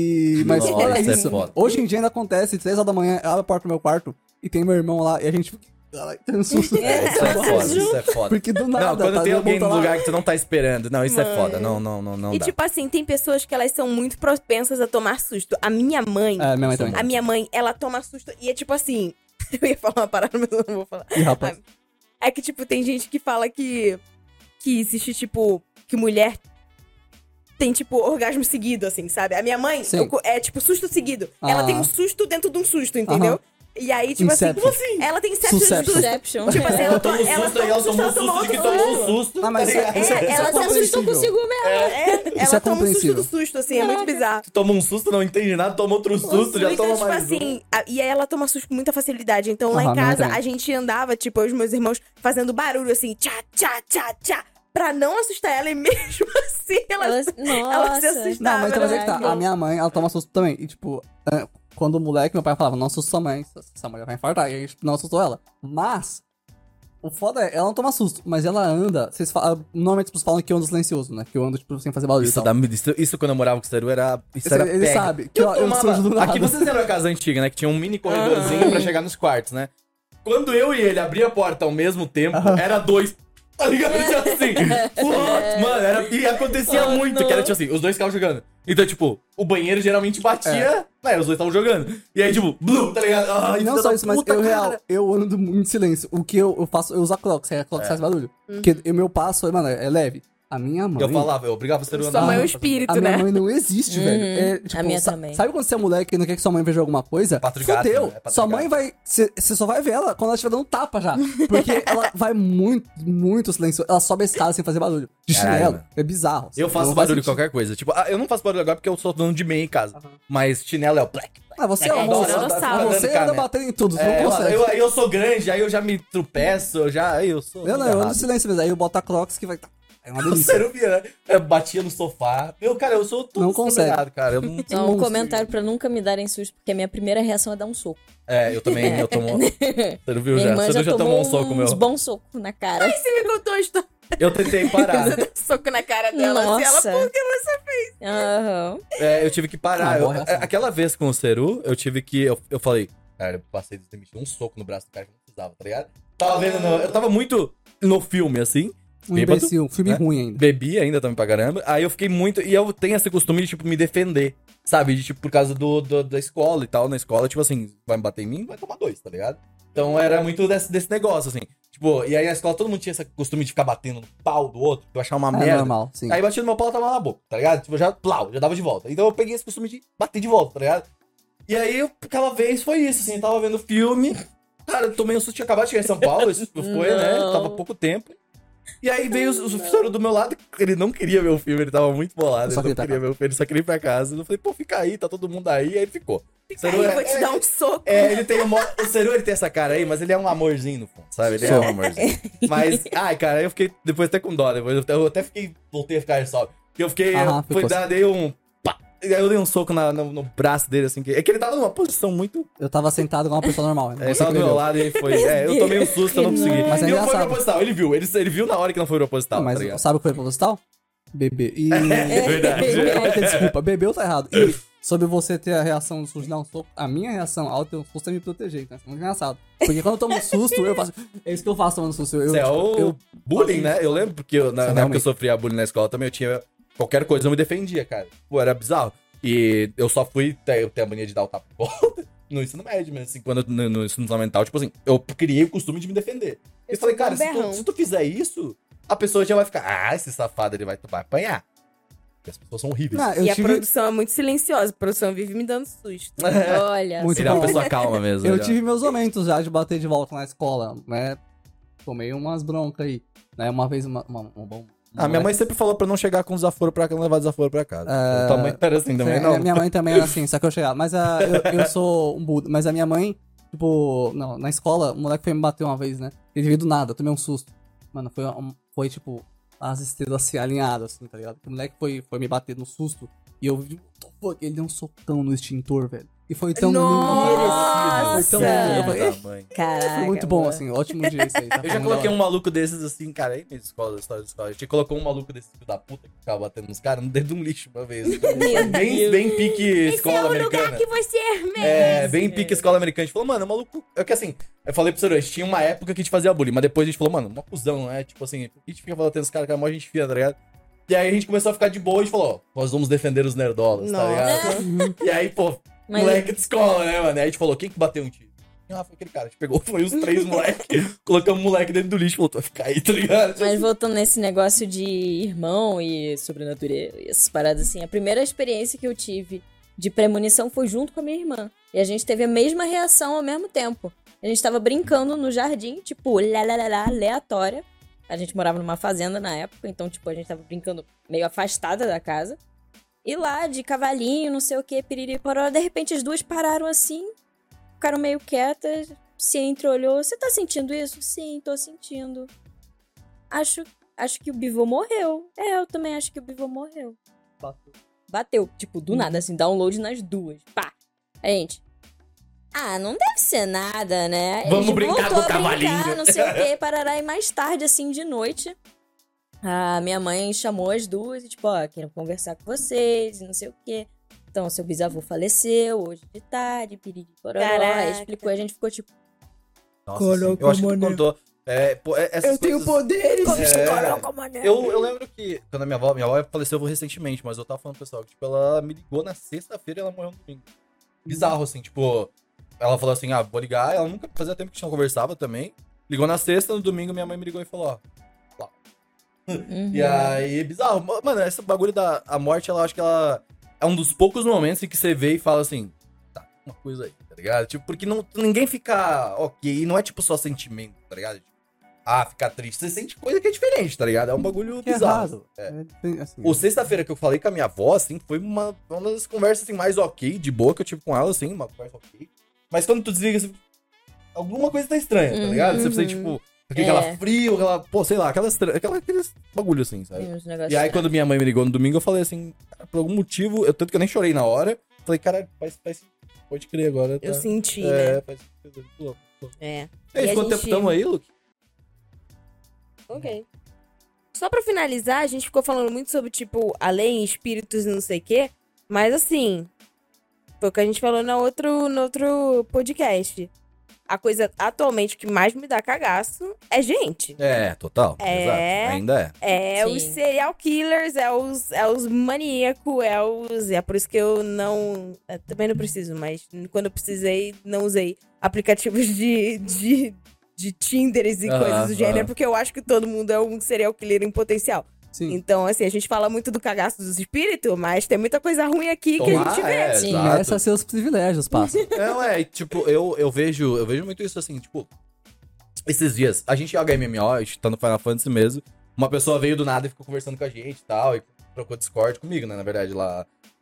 Mas fora isso, hoje em dia ainda acontece, 3 horas da manhã, eu abro a porta do meu quarto e tem meu irmão lá e a gente... Tem um susto. Isso é foda. Porque do nada. Não, quando tem alguém no lugar que tu não tá esperando. Não, isso é foda. Não E dá. tipo assim, tem pessoas que elas são muito propensas a tomar susto. A minha mãe. Minha mãe também. A minha mãe, ela toma susto e é tipo assim. Eu ia falar uma parada, mas eu não vou falar. Ih, rapaz. É que, tipo, tem gente que fala que existe, tipo, que mulher tem, tipo, orgasmo seguido, assim, sabe? A minha mãe é, tipo, susto seguido. Ela tem um susto dentro de um susto, entendeu? E aí, tipo Inception. assim, ela tem Inception. Tipo assim, ela tomou susto de que tomou um susto. Não, mas ela se assustou consigo mesmo. Ela toma um susto do susto, assim, é muito bizarro. Tu toma um susto, não entende nada, toma outro susto, já toma tipo mais assim, e aí ela toma susto com muita facilidade. Então, lá em casa, a gente andava, tipo, eu e os meus irmãos, fazendo barulho, assim, tchá, tchá, tchá, tchá. Pra não assustar ela, e mesmo assim, ela se assustava. Não, mas então é que tá. A minha mãe, ela toma susto também. E, tipo, quando o moleque, meu pai falava, não assusta sua mãe, essa mulher vai infartar. E a gente não assustou ela. Mas, o foda é, ela não toma susto, mas ela anda. Normalmente as pessoas falam que eu ando silencioso, né? Que eu ando, tipo, sem fazer barulho. Isso quando eu morava com o Seru era. Ele sabe que eu sou do nada. Aqui vocês lembram a casa antiga, né? Que tinha um mini corredorzinho pra chegar nos quartos, né? Quando eu e ele abria a porta ao mesmo tempo, era 2. Tá ligado? Assim, mano, e acontecia muito, que era tipo assim, os dois ficavam jogando. Então, tipo, o banheiro geralmente batia, os dois estavam jogando. E aí, tipo, blum, tá ligado? Não só isso, mas eu ando muito em silêncio. O que eu faço, eu uso a Crocs, a Crocs faz barulho. Porque o meu passo, mano, é leve. A minha mãe... Eu brigava você sua mãe é o espírito, né? A minha mãe não existe, velho. Tipo, a minha também. Sabe quando você é moleque e não quer que sua mãe veja alguma coisa? Fodeu. Né? Sua mãe vai... Você só vai ver ela quando ela estiver dando tapa já. Porque ela vai muito silêncio. Ela sobe a escada sem fazer barulho. De chinelo. É bizarro. Eu faço barulho em qualquer coisa. Tipo, eu não faço barulho agora porque eu sou dono de meia em casa. Mas chinelo é o black. Você é uma você anda batendo em tudo, não consegue. Aí eu sou grande, aí eu já me tropeço, eu sou... Eu ando em silêncio mesmo. Aí eu boto a Crocs que vai... É uma delícia. Eu batia no sofá. Cara, eu sou todo descombinado, cara. Um comentário pra nunca me darem susto, porque a minha primeira reação é dar um soco. Eu também, eu tomo... Você não viu já? Você já tomou um soco, meu? Uns bons socos na cara. Ai, você me contou a história. Eu tentei parar. Você deu um soco na cara dela. Nossa. Ela, por que você fez? Eu tive que parar. Aquela vez com o Seru, eu tive que... Eu falei, cara, eu passei de demitir um soco no braço do cara que não precisava, tá ligado? Tava vendo... Eu tava muito no filme, assim. Um imbecil, um filme ruim ainda. Bebi ainda também pra caramba. Aí eu fiquei muito... E eu tenho esse costume de, tipo, me defender. Sabe? De, tipo, por causa da escola e tal. Na escola, tipo assim, vai me bater em mim, vai tomar 2, tá ligado? Então era muito desse negócio, assim. Tipo, e aí na escola todo mundo tinha esse costume de ficar batendo no pau do outro, que eu achava uma merda. Normal, sim. Aí batia no meu pau, tava na boca, tá ligado? Tipo, já dava de volta. Então eu peguei esse costume de bater de volta, tá ligado? E aí, aquela vez foi isso, assim, eu tava vendo filme. Cara, eu tomei um susto, tinha acabado de chegar em São Paulo, isso foi, né? Tava há pouco tempo. E aí veio o professor do meu lado, ele não queria ver o filme, ele tava muito bolado, ele não queria ver o filme, ele só queria ir pra casa. Eu falei, pô, fica aí, tá todo mundo aí, ele ficou. Fica aí, eu vou te dar um soco. Ele tem o Seru, ele tem essa cara aí, mas ele é um amorzinho no fundo, sabe? Ele é um amorzinho. Mas, cara, eu fiquei depois até com dó, depois eu até voltei a ficar só. Porque eu fiquei, dei um pá. Aí eu dei um soco no braço dele, assim. É que ele tava numa posição muito... Eu tava sentado igual uma pessoa normal. Né? Ele tava do meu lado e aí foi... eu tomei um susto, eu não consegui. Mas é e não foi engraçado. proposital, ele viu. Ele viu na hora que não foi proposital, Mas tá ligado? sabe o que foi proposital? Beber. E... É verdade. Desculpa, bebeu tá errado. E sobre você ter a reação do susto, não, a minha reação ao ter um susto é me proteger, então é muito engraçado. Porque quando eu tomo um susto, eu faço... É isso que eu faço tomando susto. Isso é o bullying, né? Eu lembro porque na época que eu sofria bullying na escola também, eu tinha... Qualquer coisa eu me defendia, cara. Pô, era bizarro. E eu só fui ter a mania de dar o tapa de volta no ensino médio, mas assim, quando no ensino fundamental, tipo assim, eu criei o costume de me defender. Eu falei, cara, se tu fizer isso, a pessoa já vai ficar, esse safado, ele vai apanhar. Porque as pessoas são horríveis. A produção é muito silenciosa, a produção vive me dando susto. Olha, muito ele é uma pessoa calma mesmo. Eu tive meus momentos já de bater de volta na escola, né? Tomei umas broncas aí. Né? Uma vez, minha mãe sempre falou pra não chegar com desaforo pra cá, não levar desaforo pra casa. Tua mãe era assim também, não? Minha mãe também era assim, só que eu chegava. Mas eu sou um Buda. Mas a minha mãe, tipo, não, na escola, o moleque foi me bater uma vez, né? Ele veio do nada, eu tomei um susto. Mano, foi tipo, as estrelas se alinharam, assim, tá ligado? O moleque foi me bater no susto e eu vi, ele deu um socão no extintor, velho. E foi tão Nossa! Caraca, foi muito bom, assim, ótimo dia isso aí. Tá eu já coloquei um maluco desses, assim, cara, aí na história da escola. A gente colocou um maluco desses filho da puta que ficava batendo nos caras dentro de um lixo uma vez. Bem pique escola americana. Esse é o lugar que você merece. Bem pique escola americana. A gente falou, mano, o maluco... É que assim, eu falei pro senhor, a gente tinha uma época que a gente fazia bullying, mas depois a gente falou, mano, uma cuzão, né? Tipo assim, a gente fica batendo nos caras, que é mó gente fia, tá ligado? E aí a gente começou a ficar de boa e a gente falou, ó, nós vamos defender os nerdolas, tá ligado? E aí, pô, moleque de escola, né, mano? Aí a gente falou, quem que bateu um tiro? Foi aquele cara. A gente pegou, foi os 3 moleques, colocamos o moleque dentro do lixo e falou, tu vai ficar aí, tá ligado? Mas voltando nesse negócio de irmão e sobrenatureza e essas paradas assim, a primeira experiência que eu tive de premonição foi junto com a minha irmã. E a gente teve a mesma reação ao mesmo tempo. A gente tava brincando no jardim, tipo, aleatória. A gente morava numa fazenda na época, então, tipo, a gente tava brincando meio afastada da casa. E lá, de cavalinho, não sei o que, piriri, poró, de repente as duas pararam assim, ficaram meio quietas, se entreolhou. Você tá sentindo isso? Sim, tô sentindo. Acho que o Bivô morreu. Eu também acho que o Bivô morreu. Bateu, tipo, do nada, assim, download nas duas. Pá! A gente... não deve ser nada, né? Vamos brincar com o cavalinho. Não sei o que, parará. E mais tarde, assim, de noite, a minha mãe chamou as duas e, tipo, quero conversar com vocês e não sei o que. Então, seu bisavô faleceu hoje de tarde, piriri, pororó. Aí explicou e a gente ficou, tipo... Nossa, eu acho que tu contou. Eu tenho poderes. Eu lembro que quando a minha avó faleceu recentemente, mas eu tava falando pro pessoal que, tipo, ela me ligou na sexta-feira e ela morreu no domingo. Bizarro, assim, tipo... Ela falou assim, vou ligar. Ela nunca fazia tempo que a gente não conversava também. Ligou na sexta, no domingo minha mãe me ligou e falou, lá. E aí, bizarro. Mano, esse bagulho da morte, ela acho que ela é um dos poucos momentos em que você vê e fala assim, tá, uma coisa aí, tá ligado? Tipo, porque ninguém fica ok, não é tipo só sentimento, tá ligado? Tipo, ficar triste. Você sente coisa que é diferente, tá ligado? É um bagulho bizarro. Assim, o sexta-feira que eu falei com a minha avó, assim, foi uma das conversas assim, mais ok, de boa que eu tive com ela, assim, uma conversa ok. Mas quando tu desliga, assim, alguma coisa tá estranha, tá ligado? Você precisa, tipo, aquela frio, aquela, pô, sei lá, aqueles bagulho assim, sabe? E aí, quando minha mãe me ligou no domingo, eu falei assim, cara, por algum motivo, tanto que eu nem chorei na hora, falei, cara, pode crer agora. Tá? Eu senti, né? Faz sentido. É. E quanto tempo estamos aí, Luke? Ok. Só pra finalizar, a gente ficou falando muito sobre, tipo, além, espíritos e não sei o quê, mas assim, foi o que a gente falou no outro podcast. A coisa atualmente que mais me dá cagaço é gente. Total. Exato. Ainda é. É os serial killers, é os maníacos, é por isso que eu não... também não preciso, mas quando eu precisei, não usei aplicativos de Tinders e coisas do gênero, porque eu acho que todo mundo é um serial killer em potencial. Sim. Então, assim, a gente fala muito do cagaço dos espíritos, mas tem muita coisa ruim aqui que a gente vê. Sim. Começa a ser os privilégios, passa. Tipo, eu vejo muito isso assim, tipo, esses dias, a gente joga MMO, a gente tá no Final Fantasy mesmo, uma pessoa veio do nada e ficou conversando com a gente e tal, e trocou Discord comigo, né, na verdade, lá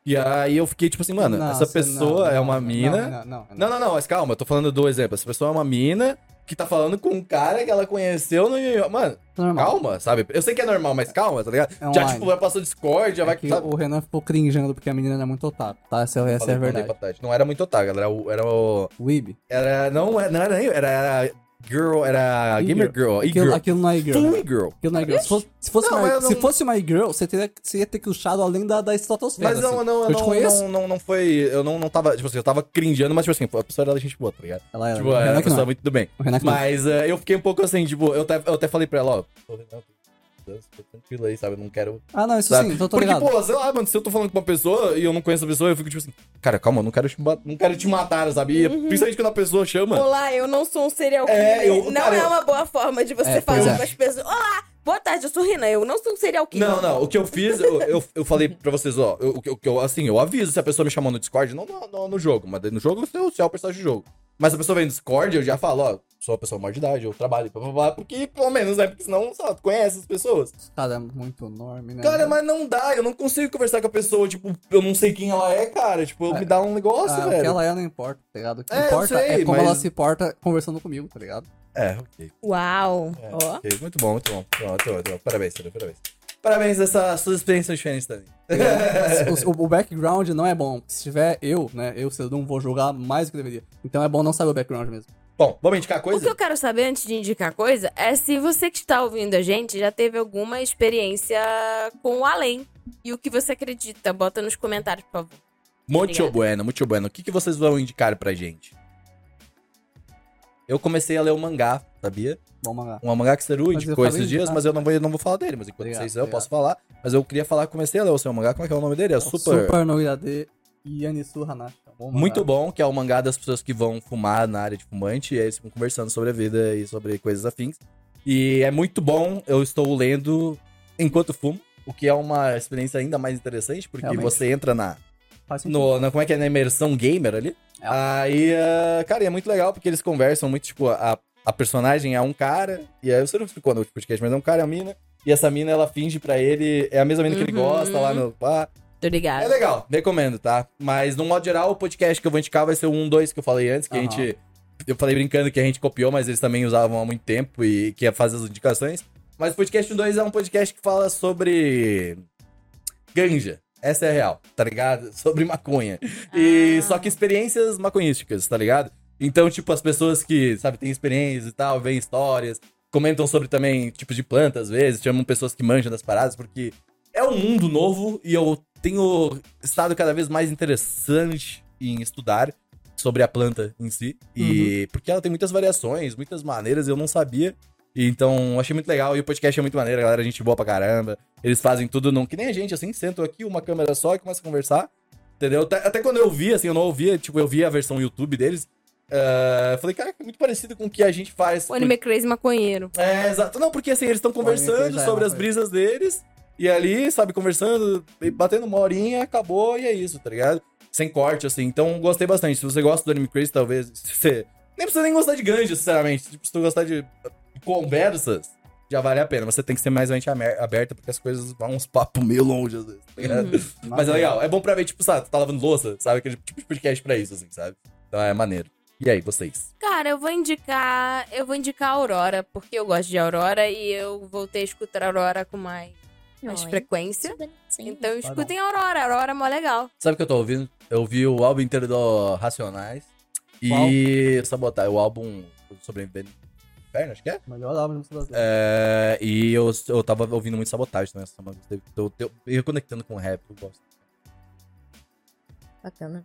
E aí eu fiquei tipo assim, mano, essa pessoa é uma mina... Não, mas calma, eu tô falando do exemplo. Essa pessoa é uma mina que tá falando com um cara que ela conheceu no... Mano, calma, sabe? Eu sei que é normal, mas calma, tá ligado? Já, tipo, vai passar o Discord, já vai... Sabe? O Renan ficou crinjando porque a menina era muito otaku, tá? Essa é a verdade. Não era muito otaku, era o... Weeb. Não era nem... Era girl, era gamer girl. Aquilo não é girl. Full girl. Aquilo não é girl. Se fosse uma girl, você ia ter cruzado além da estratosfera. Mas não foi... Eu não tava... Tipo assim, eu tava cringeando, mas tipo assim, a pessoa era gente boa, tá ligado? Ela era. Tipo, era uma pessoa muito do bem. Mas eu fiquei um pouco assim, tipo, eu até falei pra ela, ó... Tô tranquilo aí, sabe? Eu não quero... não, isso sabe? Sim, tô ligado. Porque, pô, sei lá, mano, se eu tô falando com uma pessoa e eu não conheço a pessoa, eu fico tipo assim, cara, calma, eu não quero te matar, sabe? E principalmente quando a pessoa chama... Olá, eu não sou um serial killer. Não é uma boa forma de você falar com as pessoas. Olá, boa tarde, eu sou Renan, eu não sou um serial killer. Não, o que eu fiz, eu falei pra vocês, ó, eu aviso se a pessoa me chamou no Discord, não no jogo, mas no jogo você é o personagem do jogo. Mas se a pessoa vem no Discord, eu já falo, ó, sou uma pessoa maior de idade, eu trabalho, porque pelo menos, né? Porque senão, sei lá, tu conhece as pessoas. Cara, é muito enorme, né? Cara, mas não dá, eu não consigo conversar com a pessoa, tipo, eu não sei quem ela é, cara, tipo, me dá um negócio, velho. O que ela é não importa, tá ligado? O que importa é como ela se porta conversando comigo, tá ligado? Ok. Uau. Okay. Muito bom. Pronto. Parabéns, Ciro, parabéns. Parabéns, essas suas experiências diferentes também. O background não é bom. Se tiver eu, não vou jogar mais do que deveria. Então é bom não saber o background mesmo. Bom, vamos indicar coisa? O que eu quero saber antes de indicar coisa é se você que está ouvindo a gente já teve alguma experiência com o além. E o que você acredita. Bota nos comentários, por favor. Muito bueno. O que vocês vão indicar pra gente? Eu comecei a ler o mangá, sabia? Bom mangá. Um mangá que Seru indicou esses dias, mas eu não vou falar dele. Mas enquanto vocês eu posso falar. Mas eu queria falar que comecei a ler o seu mangá. Como é que é o nome dele? Super no Irade Yanisu Hanashi. Muito bom, que é o mangá das pessoas que vão fumar na área de fumante. E aí eles ficam conversando sobre a vida e sobre coisas afins. E é muito bom. Eu estou lendo enquanto fumo. O que é uma experiência ainda mais interessante. Porque você entra como é que é? Na imersão gamer ali. Aí, cara, é muito legal porque eles conversam muito, tipo, a personagem é um cara, e aí você não explicou no podcast, mas é um cara e uma mina, e essa mina, ela finge pra ele, é a mesma mina que ele gosta lá no... Tô ligado. É legal, recomendo, tá? Mas, no modo geral, o podcast que eu vou indicar vai ser o 1-2 que eu falei antes, que eu falei brincando que a gente copiou, mas eles também usavam há muito tempo e que ia fazer as indicações. Mas o podcast 2 é um podcast que fala sobre ganja. Essa é a real, tá ligado? Sobre maconha. Só que experiências maconhísticas, tá ligado? Então, tipo, as pessoas que, sabe, têm experiências e tal, veem histórias, comentam sobre também tipos de plantas, às vezes, chamam pessoas que manjam das paradas, porque é um mundo novo e eu tenho estado cada vez mais interessante em estudar sobre a planta em si. E porque ela tem muitas variações, muitas maneiras, eu não sabia. Então, achei muito legal. E o podcast é muito maneiro, a galera, gente boa pra caramba. Eles fazem tudo que nem a gente, assim, sentam aqui, uma câmera só e começam a conversar. Entendeu? Até quando eu vi, assim, eu não ouvia, tipo, eu via a versão YouTube deles. Falei, cara, é muito parecido com o que a gente faz. O Anime Crazy maconheiro. Exato. Não, porque assim, eles estão conversando sobre as brisas deles. E ali, sabe, conversando, batendo uma horinha, acabou e é isso, tá ligado? Sem corte, assim. Então, gostei bastante. Se você gosta do Anime Crazy, talvez você nem precisa nem gostar de ganja, sinceramente. Tipo, se tu gostar de conversas, já vale a pena. Mas você tem que ser mais mente aberta, porque as coisas vão uns papos meio longe, às vezes, tá ligado? Mas é legal. É bom pra ver, tipo, sabe, tu tá lavando louça, sabe? Aquele tipo de podcast pra isso, assim, sabe? Então é maneiro. E aí, vocês? Cara, eu vou indicar a Aurora, porque eu gosto de Aurora e eu voltei a escutar a Aurora com mais frequência. Então escutem a Aurora é mó legal. Sabe o que eu tô ouvindo? Eu ouvi o álbum inteiro do Racionais e Sabotage, o álbum Sobrevivendo no Inferno, acho que é? Melhor álbum do Sabotage. E eu tava ouvindo muito Sabotage também, tô reconectando com o rap, eu gosto. Bacana.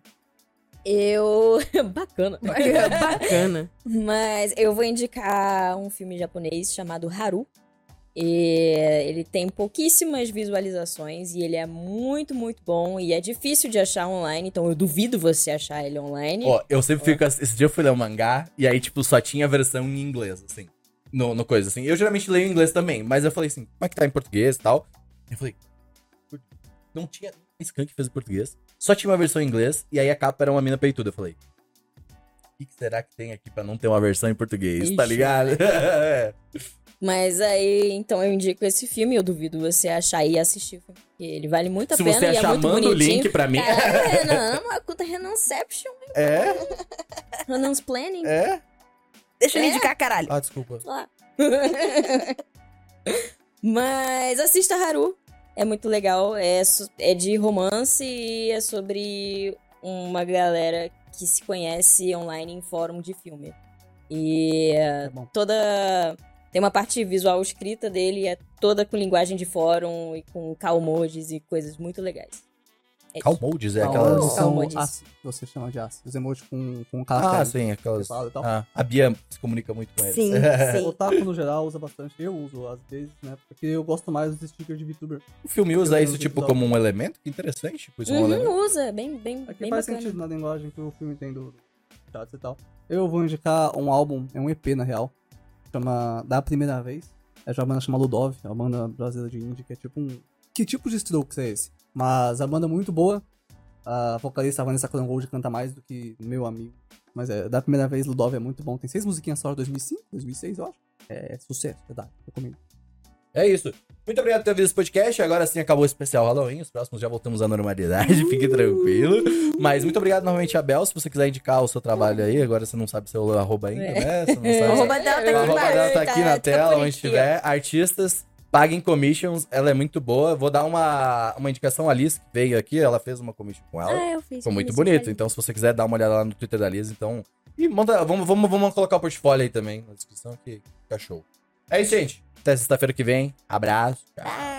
Bacana. Bacana. Mas eu vou indicar um filme japonês chamado Haru. E ele tem pouquíssimas visualizações e ele é muito, muito bom. E é difícil de achar online, então eu duvido você achar ele online. Eu sempre fico... Esse dia eu fui ler um mangá e aí, tipo, só tinha a versão em inglês, assim. No coisa, assim. Eu geralmente leio em inglês também, mas eu falei assim, como é que tá em português e tal? Eu falei... Não tinha... Skunk fez em português. Só tinha uma versão em inglês e aí a capa era uma mina peituda. Eu falei... O que será que tem aqui pra não ter uma versão em português, tá ligado? Mas aí, então eu indico esse filme, eu duvido você achar e assistir, porque ele vale muito a pena Se você e é achar, muito manda o bonitinho. link pra mim. Caralho, Renan, uma conta Renanception. É? Renan's Planning. É? Deixa eu indicar, caralho. Ah, desculpa. Lá. Mas assista Haru. É muito legal. É de romance e é sobre uma galera que se conhece online em fórum de filme. E tem uma parte visual escrita dele, é toda com linguagem de fórum e com calmojis e coisas muito legais. Calmojis é aquelas... Calmojis. Você chama de as. Os emojis com caracteres. Ah, sim, aquelas... Então. a Bia se comunica muito com eles. Sim, O Otaku, no geral, usa bastante. Eu uso, às vezes, né? Porque eu gosto mais dos stickers de VTuber. O filme usa isso, tipo, como um elemento? Que interessante. Tipo, isso é um elemento. Usa, bem Aqui bem faz bacana. sentido na linguagem que o filme tem do chats e tal. Eu vou indicar um álbum, é um EP, na real. Chama Da Primeira Vez. É de uma banda chamada Ludov, é uma banda brasileira de indie, que é tipo um... Que tipo de Strokes é esse? Mas a banda é muito boa. A vocalista Vanessa Crangold canta mais do que meu amigo. Mas Da Primeira Vez, Ludov é muito bom. Tem 6 musiquinhas só de 2005, 2006, eu acho. É sucesso, verdade. Recomendo. É isso. Muito obrigado por ter ouvido esse podcast. Agora sim acabou o especial Halloween. Os próximos já voltamos à normalidade. Fique tranquilo. Mas muito obrigado novamente, Abel. Se você quiser indicar o seu trabalho aí, agora você não sabe seu arroba ainda, né? Você não sabe. O arroba dela tá aqui O arroba embaixo. dela tá aqui na tela, onde bonitinho. estiver. Artistas, paguem commissions. Ela é muito boa. Vou dar uma indicação. A Liz, que veio aqui, ela fez uma commission com ela. Eu fiz. Ficou muito bonito. Então, se você quiser dar uma olhada lá no Twitter da Liz, então... E vamos colocar o portfólio aí também na descrição, que fica show. É isso, gente. Até sexta-feira que vem. Abraço. Tchau.